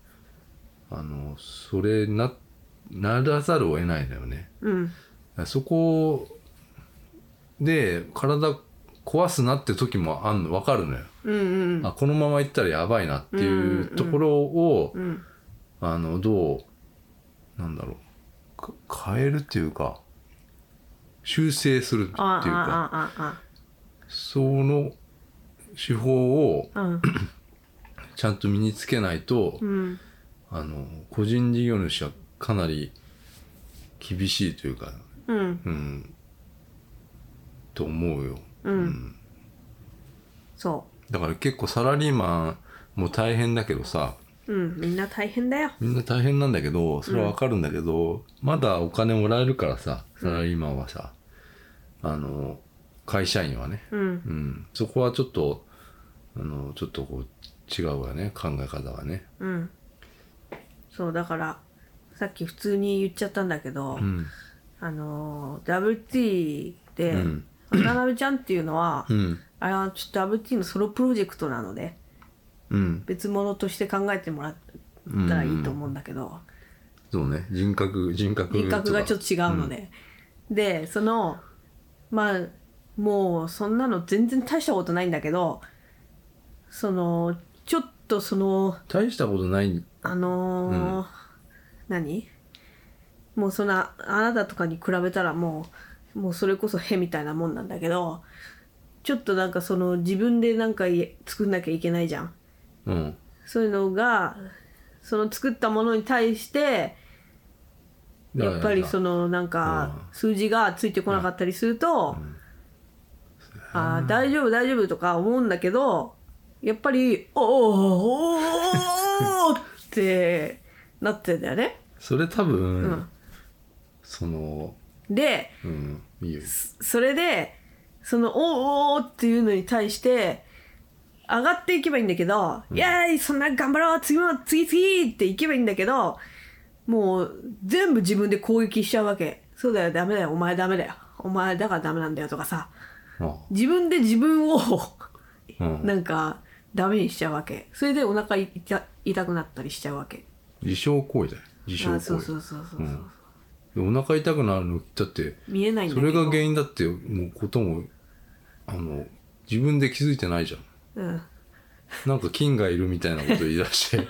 それならざるを得ないんだよね、そこで体壊すなって時も分かるのよ、このままいったらやばいなっていうところを、どうなんだろう変えるっていうか修正するっていうか、その手法を、ちゃんと身につけないと、個人事業主はかなり厳しいというか、と思うよ、 そうだから結構サラリーマンも大変だけどさ、 みんな大変だよ。 みんな大変なんだけどそれはわかるんだけど、まだお金もらえるからさサラリーマンはさ、会社員はね、そこはちょっとちょっとこう違うわね考え方がね。 そうだからさっき普通に言っちゃったんだけど、WT で、渡辺ちゃんっていうのは、あれはちょっと WT のソロプロジェクトなので、別物として考えてもらったらいいと思うんだけど、 そうね人格がちょっと違うので、でまあもうそんなの全然大したことないんだけど、ちょっと大したことない何もうあなたとかに比べたらもうそれこそへみたいなもんなんだけど、ちょっとなんか自分でなんか作んなきゃいけないじゃん、そういうのが作ったものに対してやっぱりなんか数字がついてこなかったりすると、大丈夫とか思うんだけど、やっぱりおーってなってんだよね。 それ多分、 で、 いいよそれでおーっていうのに対して上がっていけばいいんだけど、いやーそんな頑張ろう次っていけばいいんだけど、もう全部自分で攻撃しちゃうわけ。そうだよダメだよお前ダメだよお前だからダメなんだよとかさ、自分で自分をなんかダメにしちゃうわけ。それでお腹痛くなったりしちゃうわけ。 自傷行為だよ自傷行為。そうお腹痛くなるのだって見えないんだけど、 それが原因だってもうことも自分で気づいてないじゃん、なんか菌がいるみたいなこと言い出して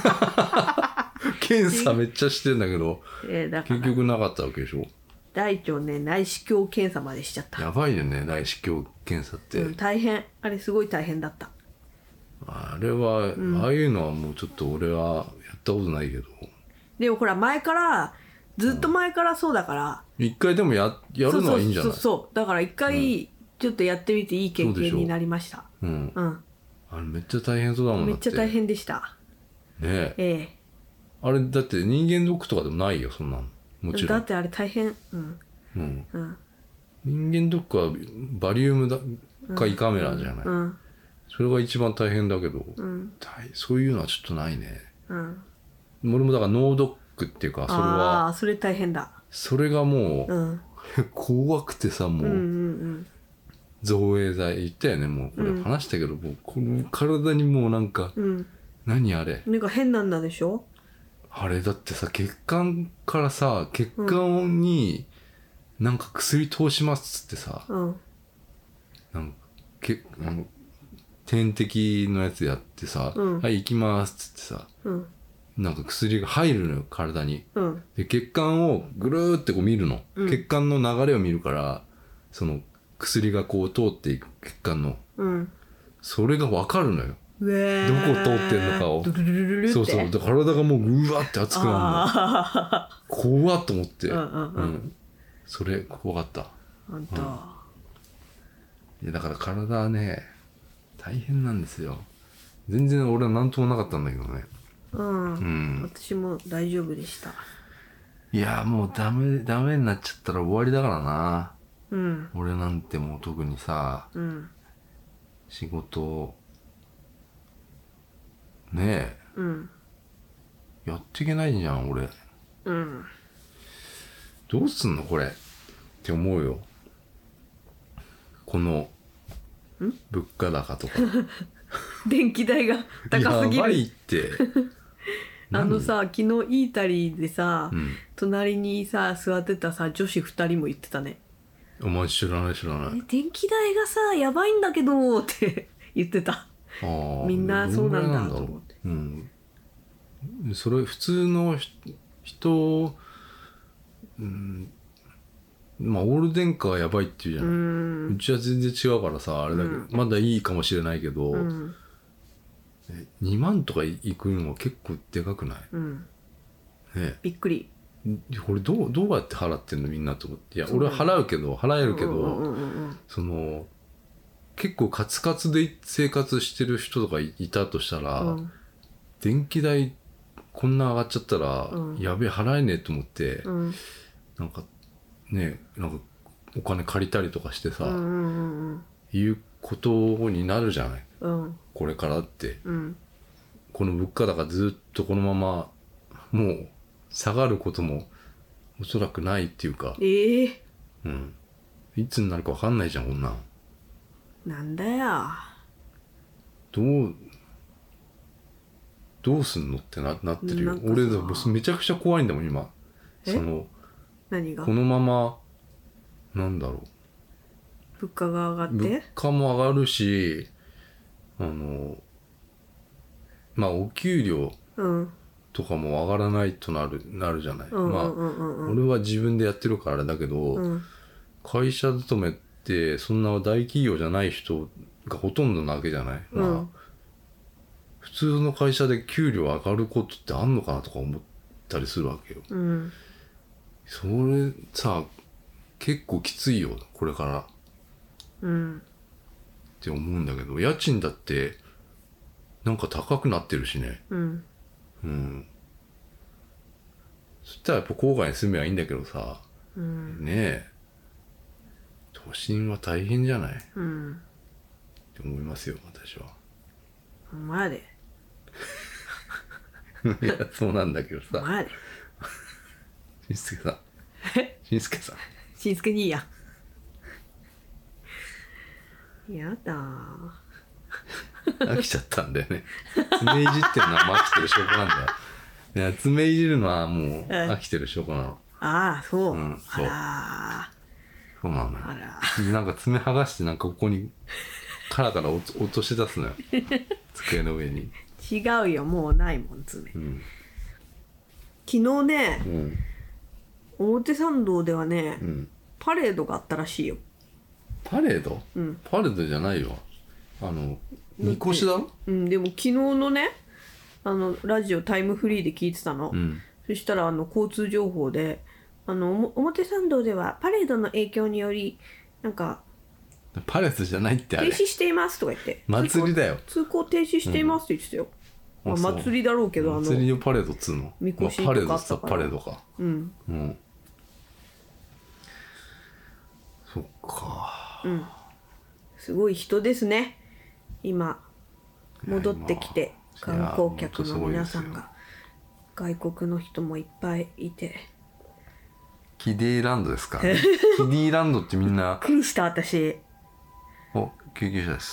検査めっちゃしてんだけど、 だから結局なかったわけでしょ。 大腸ね内視鏡検査までしちゃった。 やばいよね内視鏡検査って、 大変あれすごい大変だった。 あれは、ああいうのはもうちょっと俺はやったことないけど、 でもほら前からずっと前からそうだから、 一回でもやるのはいいんじゃない？ そうだから一回ちょっとやってみていい経験になりました。 うんうん。 あれめっちゃ大変そうだもん。 めっちゃ大変でした。 ねえ。 ええ。 あれだって人間ドックとかでもないよそんなの。もちろん。 だってあれ大変。うんうん。 うん。 人間ドックはバリウムだか胃カメラじゃない。 うん。 それが一番大変だけど、 うんそういうのはちょっとないね。 うん。 俺もだからノードックっていうか、それあはあそれ大変だ。 それがもう、 うん。 怖くてさ、もう、 うんうん造影剤言ったよね、もうこれ話したけど、もうこの体にもうなんか、 うん。うん。 何あれなんか変なんだでしょ？ あれだってさ、血管からさ、血管になんか薬通しますっつってさ、 うん。 なんか点滴のやつやってさ、 うんはい行きますっつってさ、 うん。 なんか薬が入るのよ、体に。 うん。 で、血管をぐるーってこう見るの。血管の流れを見るから、その薬がこう通っていく血管の。 うん。 それがわかるのよ。 うえどこ通ってんのかを。 ドゥルルルルルってそうそう。で、体がもううわって熱くなるの。怖っと思って。 うんうんうん。 それ、怖かった。 あんた。 いや、だから体はね、大変なんですよ。全然俺は何ともなかったんだけどね。 うん。 うん。 私も大丈夫でした。 いや、もうダメになっちゃったら終わりだからな。 うん。 俺なんてもう特にさ、 うん。 仕事、ねうん。 え、やっていけないじゃん、俺。 うん。 どうすんのこれって思うよ。この物価高とか。 電気代が高すぎる。 やばいって。 あのさ、昨日イータリーでさ、 ん隣にさ座ってたさ女子2人も言ってたね。 お前知らない。 電気代がさやばいんだけどって言ってた。みんなそうなんだと思って。 うん。それ普通の人、まあオール電化はやばいって言うじゃない。うちは全然違うからさ、あれだけど、まだいいかもしれないけど、2万とかいくのは結構でかくない？ね。 びっくり。 これどうやって払ってんのみんなと思って。いや、俺は払えるけど、その結構カツカツで生活してる人とかいたとしたら、電気代こんな上がっちゃったら、やべえ払えねえと思って、なんかね、なんかお金借りたりとかしてさ、いうことになるじゃない、これからって、この物価高ずっとこのままもう下がることもおそらくないっていうか、いつになるか分かんないじゃんこんなん。 なんだよ。 どうすんのってなってるよ。俺めちゃくちゃ怖いんだもん今。 何が？ このままなんだろう。物価が上がって？ 物価も上がるし、まあお給料とかも上がらないとなるじゃない。まあ俺は自分でやってるからあれだけど、会社勤めってそんな大企業じゃない人がほとんどなわけじゃない。まあ普通の会社で給料上がることってあんのかなとか思ったりするわけよ。それさ結構きついよこれから、って思うんだけど、家賃だってなんか高くなってるしね。そしたらやっぱ郊外に住めばいいんだけどさ、ねえ都心は大変じゃない、って思いますよ私は。 お前で。 いやそうなんだけどさ。 お前で。 しんすけさん。 しんすけにいや。やだ飽きちゃったんだよね。爪いじってるのはもう飽きてる証拠なんだよ。いや爪いじるのはもう飽きてる証拠なの。 ああそう。 そう。そうなのよ。なんか爪剥がしてなんかここにカラカラ落とし出すのよ。机の上に。 違うよもうないもん爪。昨日ね、表参道ではね、パレードがあったらしいよ。 パレード？パレードじゃないよ。 みこしだろ。 でも昨日のねラジオタイムフリーで聞いてたの、そしたら交通情報で表参道ではパレードの影響によりなんかパレードじゃないってあれ停止していますとか言って祭りだよ。 通行停止していますって言ってたよ、まあ、祭りだろうけど祭りのパレードっつうの。 みこしとパレードかあったからっつったらパレードか。そっか。 すごい人ですね今戻ってきて観光客の皆さんが外国の人もいっぱいいてキデイランドですか、ね、キディランドってみんなびっくりした私。 お救急車です。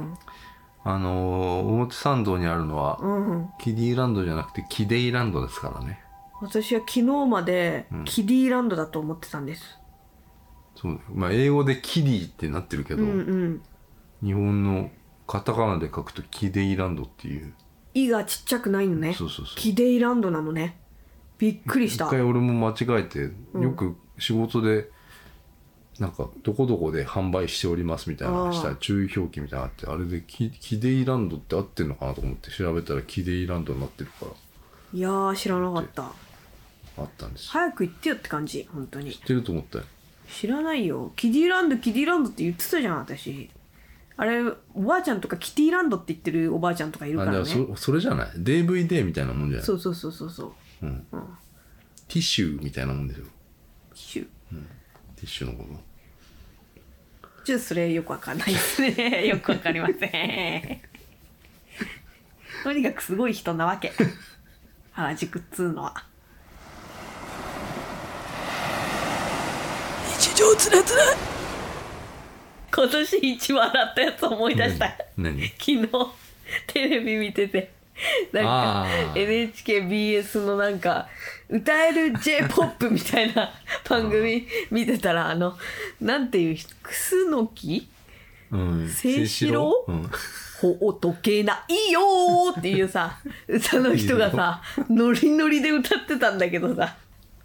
表参道にあるのは、キディランドじゃなくてキデイランドですからね。 私は昨日までキディランドだと思ってたんです、 そうまあ英語でキディってなってるけど、日本のカタカナで書くとキデイランドっていう。 イがちっちゃくないのね。 そうそうそう。 キデイランドなのね。びっくりした。 一回俺も間違えて、よく仕事でなんかどこどこで販売しておりますみたいなのしたら注意表記みたいなのがあって、あれでキデイランドって合ってんのかなと思って調べたらキデイランドになってるから。 いやー知らなかった。 あったんですよ。 早く行ってよって感じ本当に。 知ってると思ったよ。 知らないよ。キディランドって言ってたじゃん私。あれおばあちゃんとかキティランドって言ってるおばあちゃんとかいるからね。 それじゃない DVD みたいなもんじゃない。 そう、 ティッシュみたいなもんですよ。 ティッシュ、 ティッシュのこと。 ちょっとそれよくわかんないですねよくわかりませんとにかくすごい人なわけ原宿っつうのは。 日常つらつら。 今年一笑ったやつ思い出した何昨日テレビ見ててなんか NHKBS のなんか歌える J-POP みたいな番組見てたらなんていう楠木清志郎ほっとけないよーっていうさ歌の人がさノリノリで歌ってたんだけどさ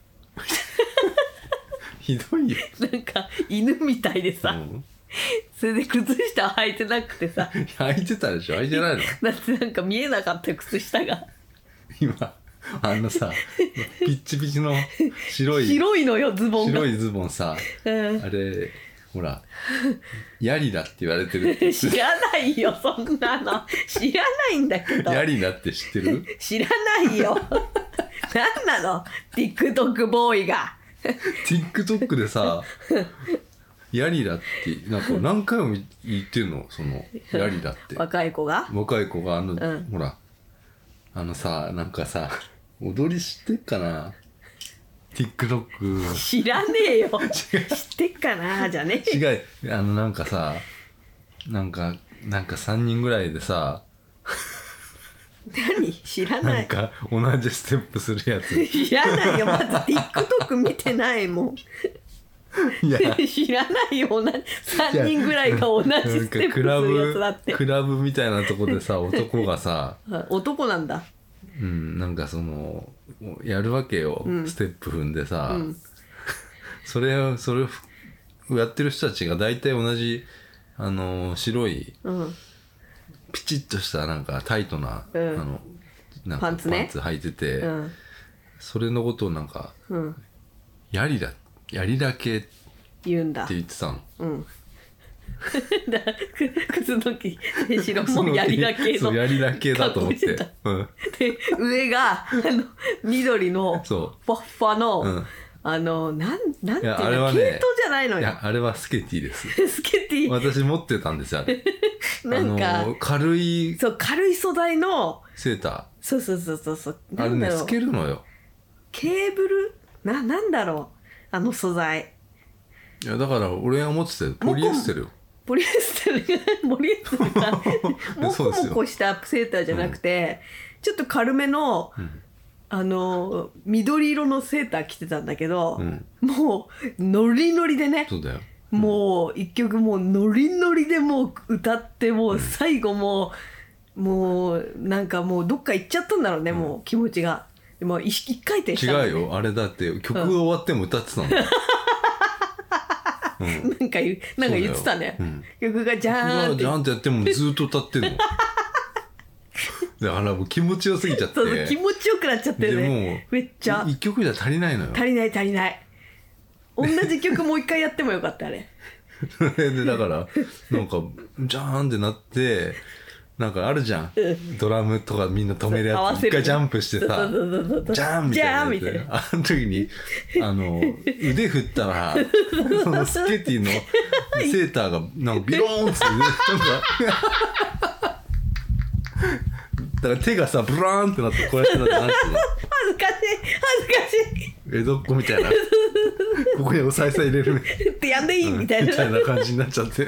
ひどいよ。 なんか犬みたいでさ、それで靴下履いてなくてさ履いてたでしょ。履いてないのだってなんか見えなかった靴下が今さピッチピチの白いのよズボンが。 白いズボンさ、あれほらヤリだって言われてるって知らないよそんなの知らないんだけど。 ヤリだって知ってる知らないよなんなの TikTok ボーイが TikTok でさヤリだってなんか何回も言ってんのそのヤリだって若い子がほらさなんかさ踊り知ってっかな TikTok 知らねえよ知ってっかなじゃねえ違うなんかさなんか3人ぐらいでさ何知らない。 なんか同じステップするやつ知らないよまず TikTok 見てないもんいや知らないよ3人ぐらいが同じステップするやつだってクラブみたいなとこでさ男がさ男なんだなんかやるわけよ、ステップ踏んでさ、それをやってる人たちが大体同じ白い、ピチッとしたなんかタイトな、なんかパンツ履いてて、それのことをなんか、やりだけ言うんだって言ってたの。 靴の木白もやりだけのやりだけだと思って、 で上が緑のファッファの、なんていうの、 あれはね、 毛糸じゃないのよ。 いやあれはスケティですスケティ私持ってたんですよあれなんか軽い素材のセーターそうあれね透けるのよ。 ケーブルなんだろう素材。 いやだから俺が持ってたよポリエステルよ。 ポリエステルがもこもこしたセーターじゃなくて、ちょっと軽めの、緑色のセーター着てたんだけど、もうノリノリでね。 そうだよ。 もう一曲もうノリノリでもう歌ってもう最後もうなんかもうどっか行っちゃったんだろうね、もう気持ちが。でも一回転したんだね。 違うよあれだって曲が終わっても歌ってたの。 なんか言ってたね、 曲がジャーンってジャーンってやってもずっと歌ってんのだからもう気持ちよすぎちゃってそうそう気持ちよくなっちゃってるでね。 もめっちゃ一曲じゃ足りないのよ足りない同じ曲もう一回やってもよかったあれ。 それでだからなんかジャーンってなってなんかあるじゃん、ドラムとかみんな止めるやつ合わせる一回ジャンプしてさそうジャーンみたいなやつジャーンみたいなあの時に腕振ったらそのスケティのセーターがなんかビローンってなんかだから手がさブラーンってなってこうやってなってなんていうの恥ずかしい江戸っ子みたいなここにおさいさ入れるってやんでいいみたいな、 みたいな感じになっちゃって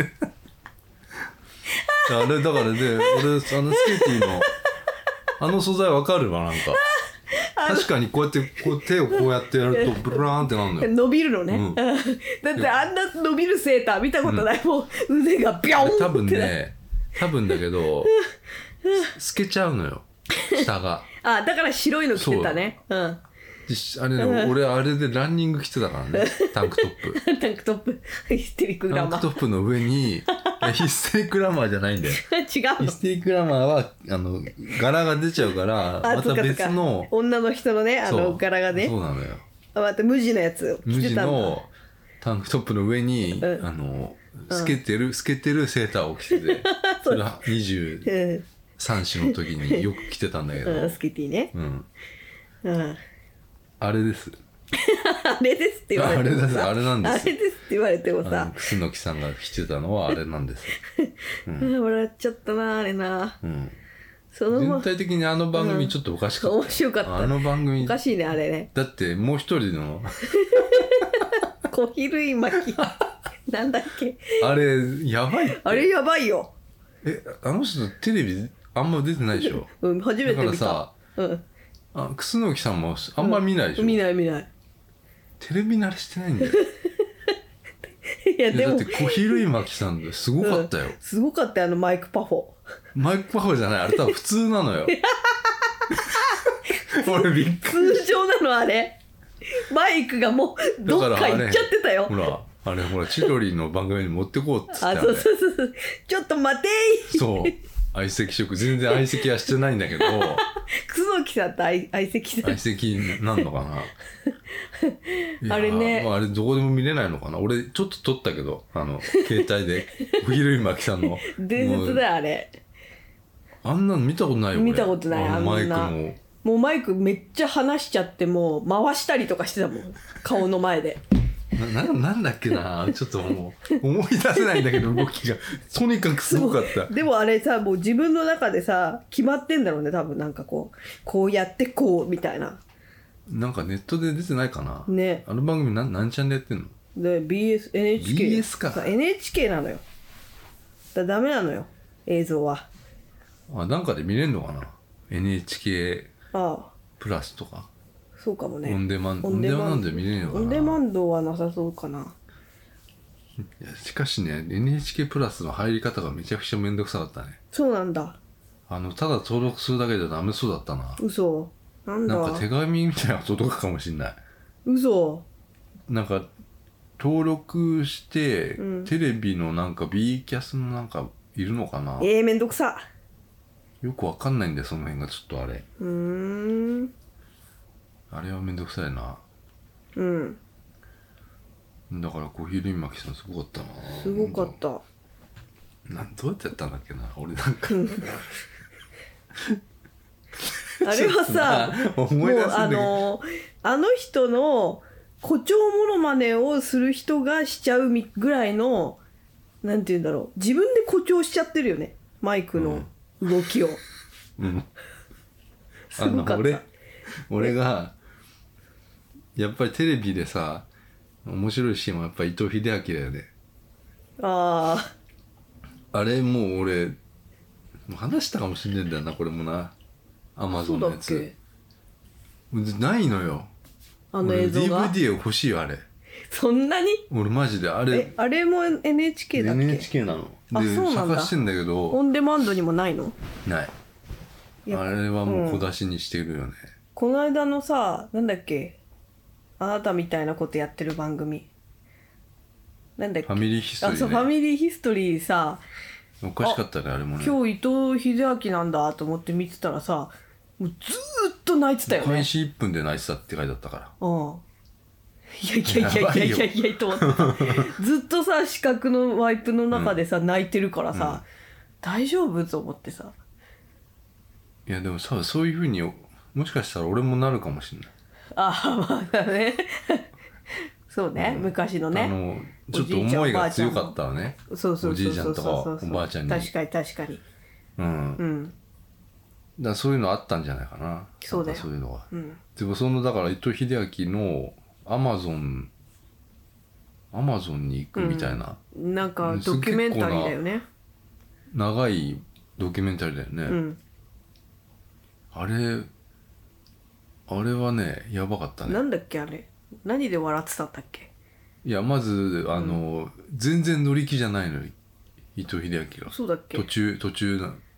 あれだからね俺スケティのあの素材わかるわなんか確かにこうやってこう手をこうやってやるとブラーンってなるのよ伸びるのね、 うんだってあんな伸びるセーター見たことない、もう腕がビョンって多分だけど透けちゃうのよ下があだから白いの着てたねうんあれね俺あれでランニング着てたからねタンクトップタンクトップヒステリックグタンラマークトップの上にヒステリックラマーじゃないんだよ違うヒのステリックラマーは柄が出ちゃうからまた別の女の人のねそう柄がねそうなのよまた無地のやつを無地着てたんだのタンクトップの上に、透けてるセーターを着ててそれは23歳の時によく着てたんだけど、 うん、スキティね、 うん、 うん、 あれですあれですって言われてもさあれなんですあれですって言われてもさ楠木さんが着てたのはあれなんです、 笑っちゃったなあれな、 うん、 その全体的にあの番組ちょっとおかしかった、 面白かったあの番組おかしいねあれねだってもう一人の小比類巻きなんだっけあれやばいってあれやばいよ、 あの人テレビあんま出てないでしょうん、初めて見ただからさうん楠木さんもあんま見ないでしょ、 見ないテレビ慣れしてないんだよいやでもだって小比類巻さんですごかったよ、 すごかったよあのマイクパフォマイクパフォーじゃないあれ多分普通なのよ俺びっくり通常なのあれマイクがもうどっか行っちゃってたよほら千鳥の番組に持ってこうっつってあそうちょっと待ていそう相席食全然相席はしてないんだけど楠木さんと相席さん相席なんのかなあれねあれどこでも見れないのかな俺ちょっと撮ったけど携帯で小比類巻さんの伝説だよあれあんなの見たことないよ俺見たことないあんなマイクももうマイクめっちゃ離しちゃってもう回したりとかしてたもん顔の前でなんだっけなちょっともう思い出せないんだけど動きがとにかくすごかったでもあれさもう自分の中でさ決まってんだろうね多分なんかこうやってこうみたいななんかネットで出てないかなねあの番組何チャンでやってんので NHK BS か NHK なのよダメなのよ映像はなんかで見れんのかな NHK ああプラスとかそうかもねオンデマンドで見れんのかなオンデマンドはなさそうかないやしかしね NHK プラスの入り方がめちゃくちゃめんどくさかったねそうなんだただ登録するだけじゃダメそうだったな嘘なんだなんか手紙みたいなのが届くかもしんない嘘なんか登録して、テレビのなんか B キャスのなんかいるのかなめんどくさよくわかんないんだよその辺がちょっとあれあれはめんどくさいなうんだから小比類巻さんすごかったなすごかったどうやってやったんだっけな俺なんかあれはさ思い出すんだけどもうあの人の誇張モノマネをする人がしちゃうぐらいのなんて言うんだろう自分で誇張しちゃってるよねマイクの動きを、すごかった俺がやっぱりテレビでさ面白いシーンはやっぱ伊藤英明だよねあれもう俺もう話したかもしれないんだよなこれもなアマゾンのやそうだっつないのよあの映像が俺 DVD 欲しいよあれそんなに俺マジであれあれも NHK だっけ NHK なのであそうなんだ探してんだけオどンデマンドにもないのないいやあれはもう小出しにしてるよね、 この間のさなんだっけあなたみたいなことやってる番組なんだっけ、 ファミリーヒストリーねあ、そう、ファミリーヒストリーさ、 おかしかったねあれもね。 今日伊藤英明なんだと思って見てたらさ、もうずーっと泣いてたよね。 開始1分で泣いてたって書いてあったから。 うん。いやいやいやいやいやいやと思ってさずっとさ四角のワイプの中でさ、泣いてるからさ、大丈夫と思ってさ。 いやでもさ、そういうふうにもしかしたら俺もなるかもしれない。 ああ、まあだねそうね、昔のね、 ちょっと思いが強かったわね。 そうそうそうそうそう、 おじいちゃんとかおばあちゃんに。 確かに確かに。 だからそういうのあったんじゃないかな。 そうだよ。 そういうのが。でもだから伊藤英明のアマゾンに行くみたいな、 なんかドキュメンタリーだよね。 長いドキュメンタリーだよね。あれはねやばかったね。 なんだっけあれ、何で笑ってたんだっけ。 いやまず全然乗り気じゃないのよ伊藤英明が。 そうだっけ。 途中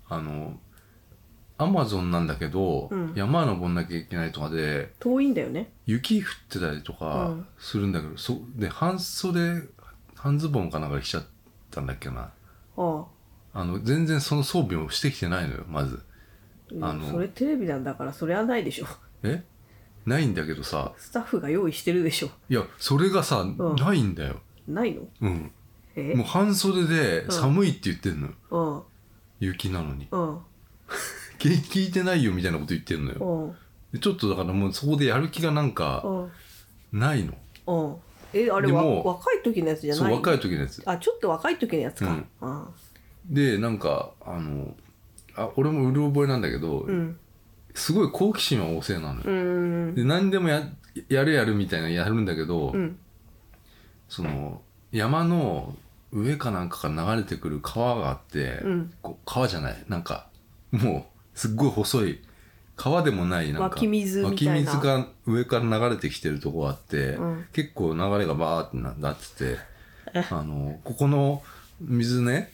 アマゾンなんだけど、山登んなきゃいけないとかで遠いんだよね。 雪降ってたりとかするんだけど、で半ズボンかなんか着ちゃったんだっけな。全然その装備をしてきてないのよまず。 それテレビなんだからそれはないでしょ。 ないんだけどさ、 スタッフが用意してるでしょ。 いやそれがさ、ないんだよ。 ないの。 もう半袖で寒いって言ってんのよ、雪なのに。聞いてないよみたいなこと言ってんのよ。ちょっとだからもうそこでやる気がなんかないの。 あれ若い時のやつじゃない。 そう若い時のやつ。 ちょっと若い時のやつか。 でなんか俺もうる覚えなんだけど、すごい好奇心は旺盛なのよ。で何でもやるみたいなやるんだけど、その山の上かなんかから流れてくる川があって、川じゃないなんかもうすっごい細い川でもないなんか湧き水みたいなが上から流れてきてるとこがあって、結構流れがバーってなっててここの水ね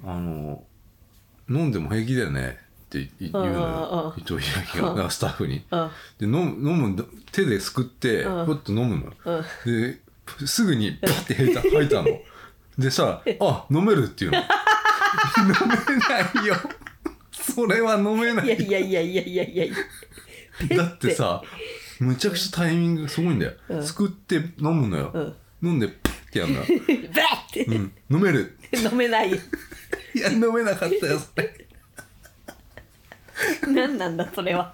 飲んでも平気だよねって言うのよ伊藤英明がスタッフに。で飲む手ですくってふっと飲むの。ですぐにパッて吐いたの。でさ飲めるっていうの。飲めないよそれは飲めない。 いやだってさむちゃくちゃタイミングすごいんだよ。すくって飲むのよ。飲んでパッてやるのよ。 バッて飲める。 飲めない。 いや飲めなかったよそれ。 何なんだそれは。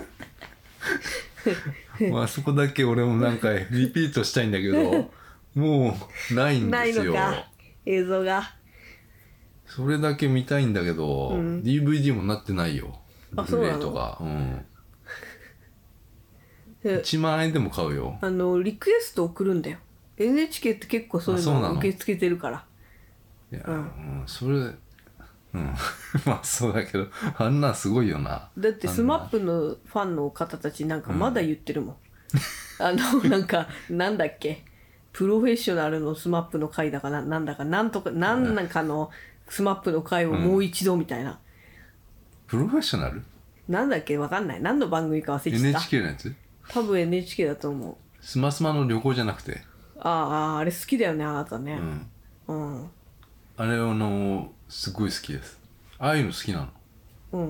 まあそこだけ俺も何回リピートしたいんだけどもうないんですよ。 ないのか映像が。 それだけ見たいんだけど、DVD もなってないよ。ブルーレイとか。1万円でも買うよ。 リクエスト送るんだよ。NHK って結構そういうのを受け付けてるから。 いや、それまあそうだけどあんなんすごいよな。 だってスマップのファンの方たちなんかまだ言ってるもん。なんかなんだっけプロフェッショナルのスマップの回だかなんだかなんとかなんかのスマップの回をもう一度みたいな。 プロフェッショナル？ なんだっけわかんない。何の番組か忘れてた。 NHK のやつ？ 多分 NHK だと思う。 スマスマの旅行じゃなくて。 あれ好きだよねあなたね。 あれすごい好きです。ああいうの好きなの。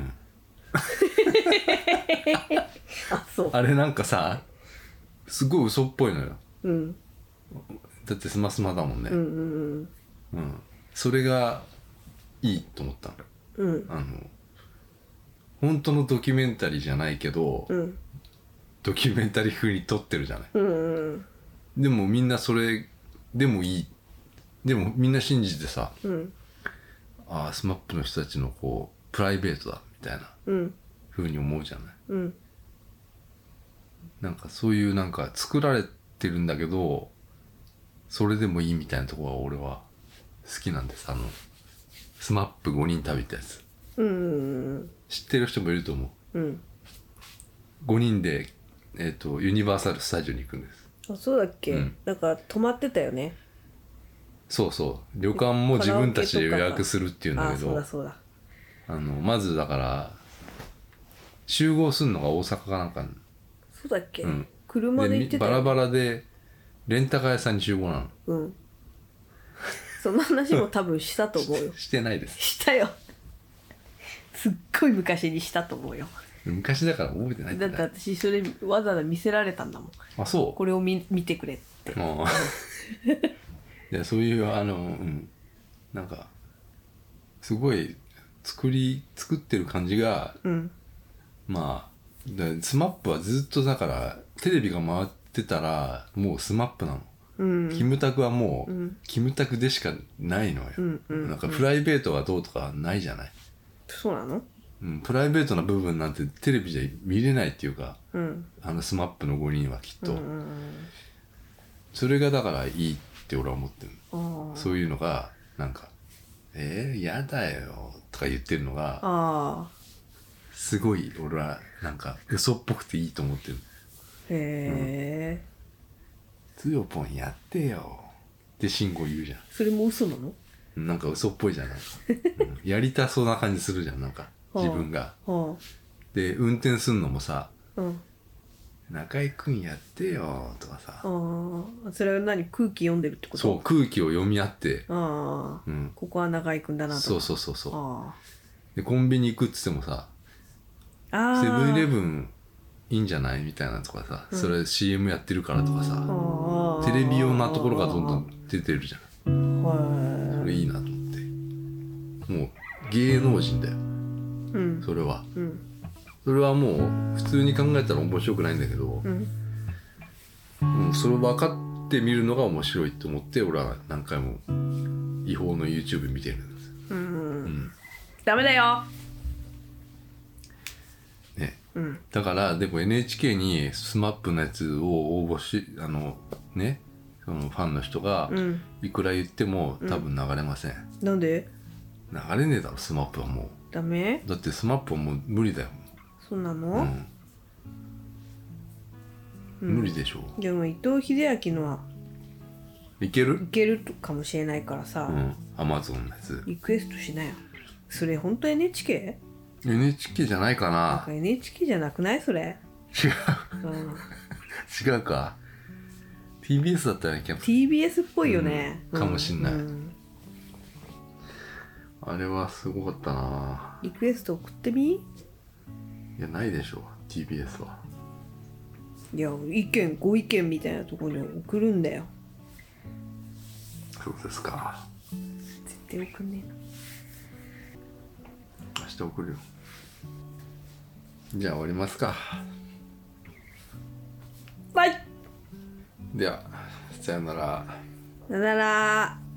あそう。 あれなんかさすごい嘘っぽいのよ。だってスマスマだもんね。それがいいと思ったの。本当のドキュメンタリーじゃないけど、ドキュメンタリー風に撮ってるじゃない。でもみんなそれでもいい。でもみんな信じてさ、スマップの人たちのこうプライベートだみたいな風に思うじゃない。なんかそういうなんか作られてるんだけどそれでもいいみたいなところが俺は好きなんです。スマップ5人旅ってやつ。知ってる人もいると思う。5人でユニバーサル・スタジオに行くんです。 あ、そうだっけ。なんか泊まってたよね。 そうそう旅館も自分たちで予約するっていうんだけど、 そうだまずだから集合するのが大阪かなんか。 そうだっけ、車で行ってたよね。 バラバラでレンタカー屋さんに集合なの。 その話も多分したと思うよしてないです。 したよすっごい昔にしたと思うよ。 昔だから覚えてないんだだ。 って私それわざわざ見せられたんだもん。 あ、そう。 これを見てくれってもういやそういうなんかすごい作ってる感じが、 うんまあスマップはずっとだからテレビが回ってたらもうスマップなの。 うんキムタクはもう、キムタクでしかないのよ、なんかプライベートがどうとかないじゃない、 そうなの？ プライベートな部分なんてテレビじゃ見れないっていうか、 うんスマップの5人はきっと、それがだからいいって俺は思ってる。そういうのがなんかやだよとか言ってるのがあすごい俺はなんか嘘っぽくていいと思ってる。 へえ、 つよぽんやってよって慎吾言うじゃん。 それも嘘なの？ なんか嘘っぽいじゃない、やりたそうな感じするじゃん、なんか自分が。 はで運転すんのもさあ、うん 「中居君やってよ」とかさ、 ああ、それは何、空気読んでるってこと？ そう空気を読み合って、 ああ、 うん、 ここは中居君だなと。 そうそうそうそう。 あでコンビニ行くっつってもさあ、 セブンイレン。 ブンいいんじゃないみたいなとかさ、それ CM やってるからとかさ、 ああ、 テレビ用なところがどんどん出てるじゃん。 はそれいいなと思って。もう芸能人だよ、 い。うんそれは。 うんそれはもう普通に考えたら面白くないんだけど、それ分かってみるのが面白いと思って俺は何回も違法の YouTube 見てるんです。 ダメだよ。 ね、だからでも NHK に SMAP のやつを応募しね、そのファンの人がいくら言っても多分流れません、 なんで？ 流れねえだろ SMAP はもダメ？ う。だって SMAP はもう無理だよ、 そうなの？ 無理でしょ。 でも伊藤英明のはいける？ けるかもしれないからさ、 Amazon のやつリクエストしなよ。それ本当 NHK？ NHK じゃないかなんな。 か NHK じゃなくないそれ？ 違ううん、 違うか。 TBS だったらいけない。 TBS っぽいよね、 かもしんない、 うんあれはすごかったな。 リクエスト送ってみ？ いやないでしょ TBS は。 いやご意見みたいなところに送るんだよ。 そうですか。 絶対送んねえな。 明日送るよ。じゃあ終わりますか。 バイ。 ではさよなら。 さよなら。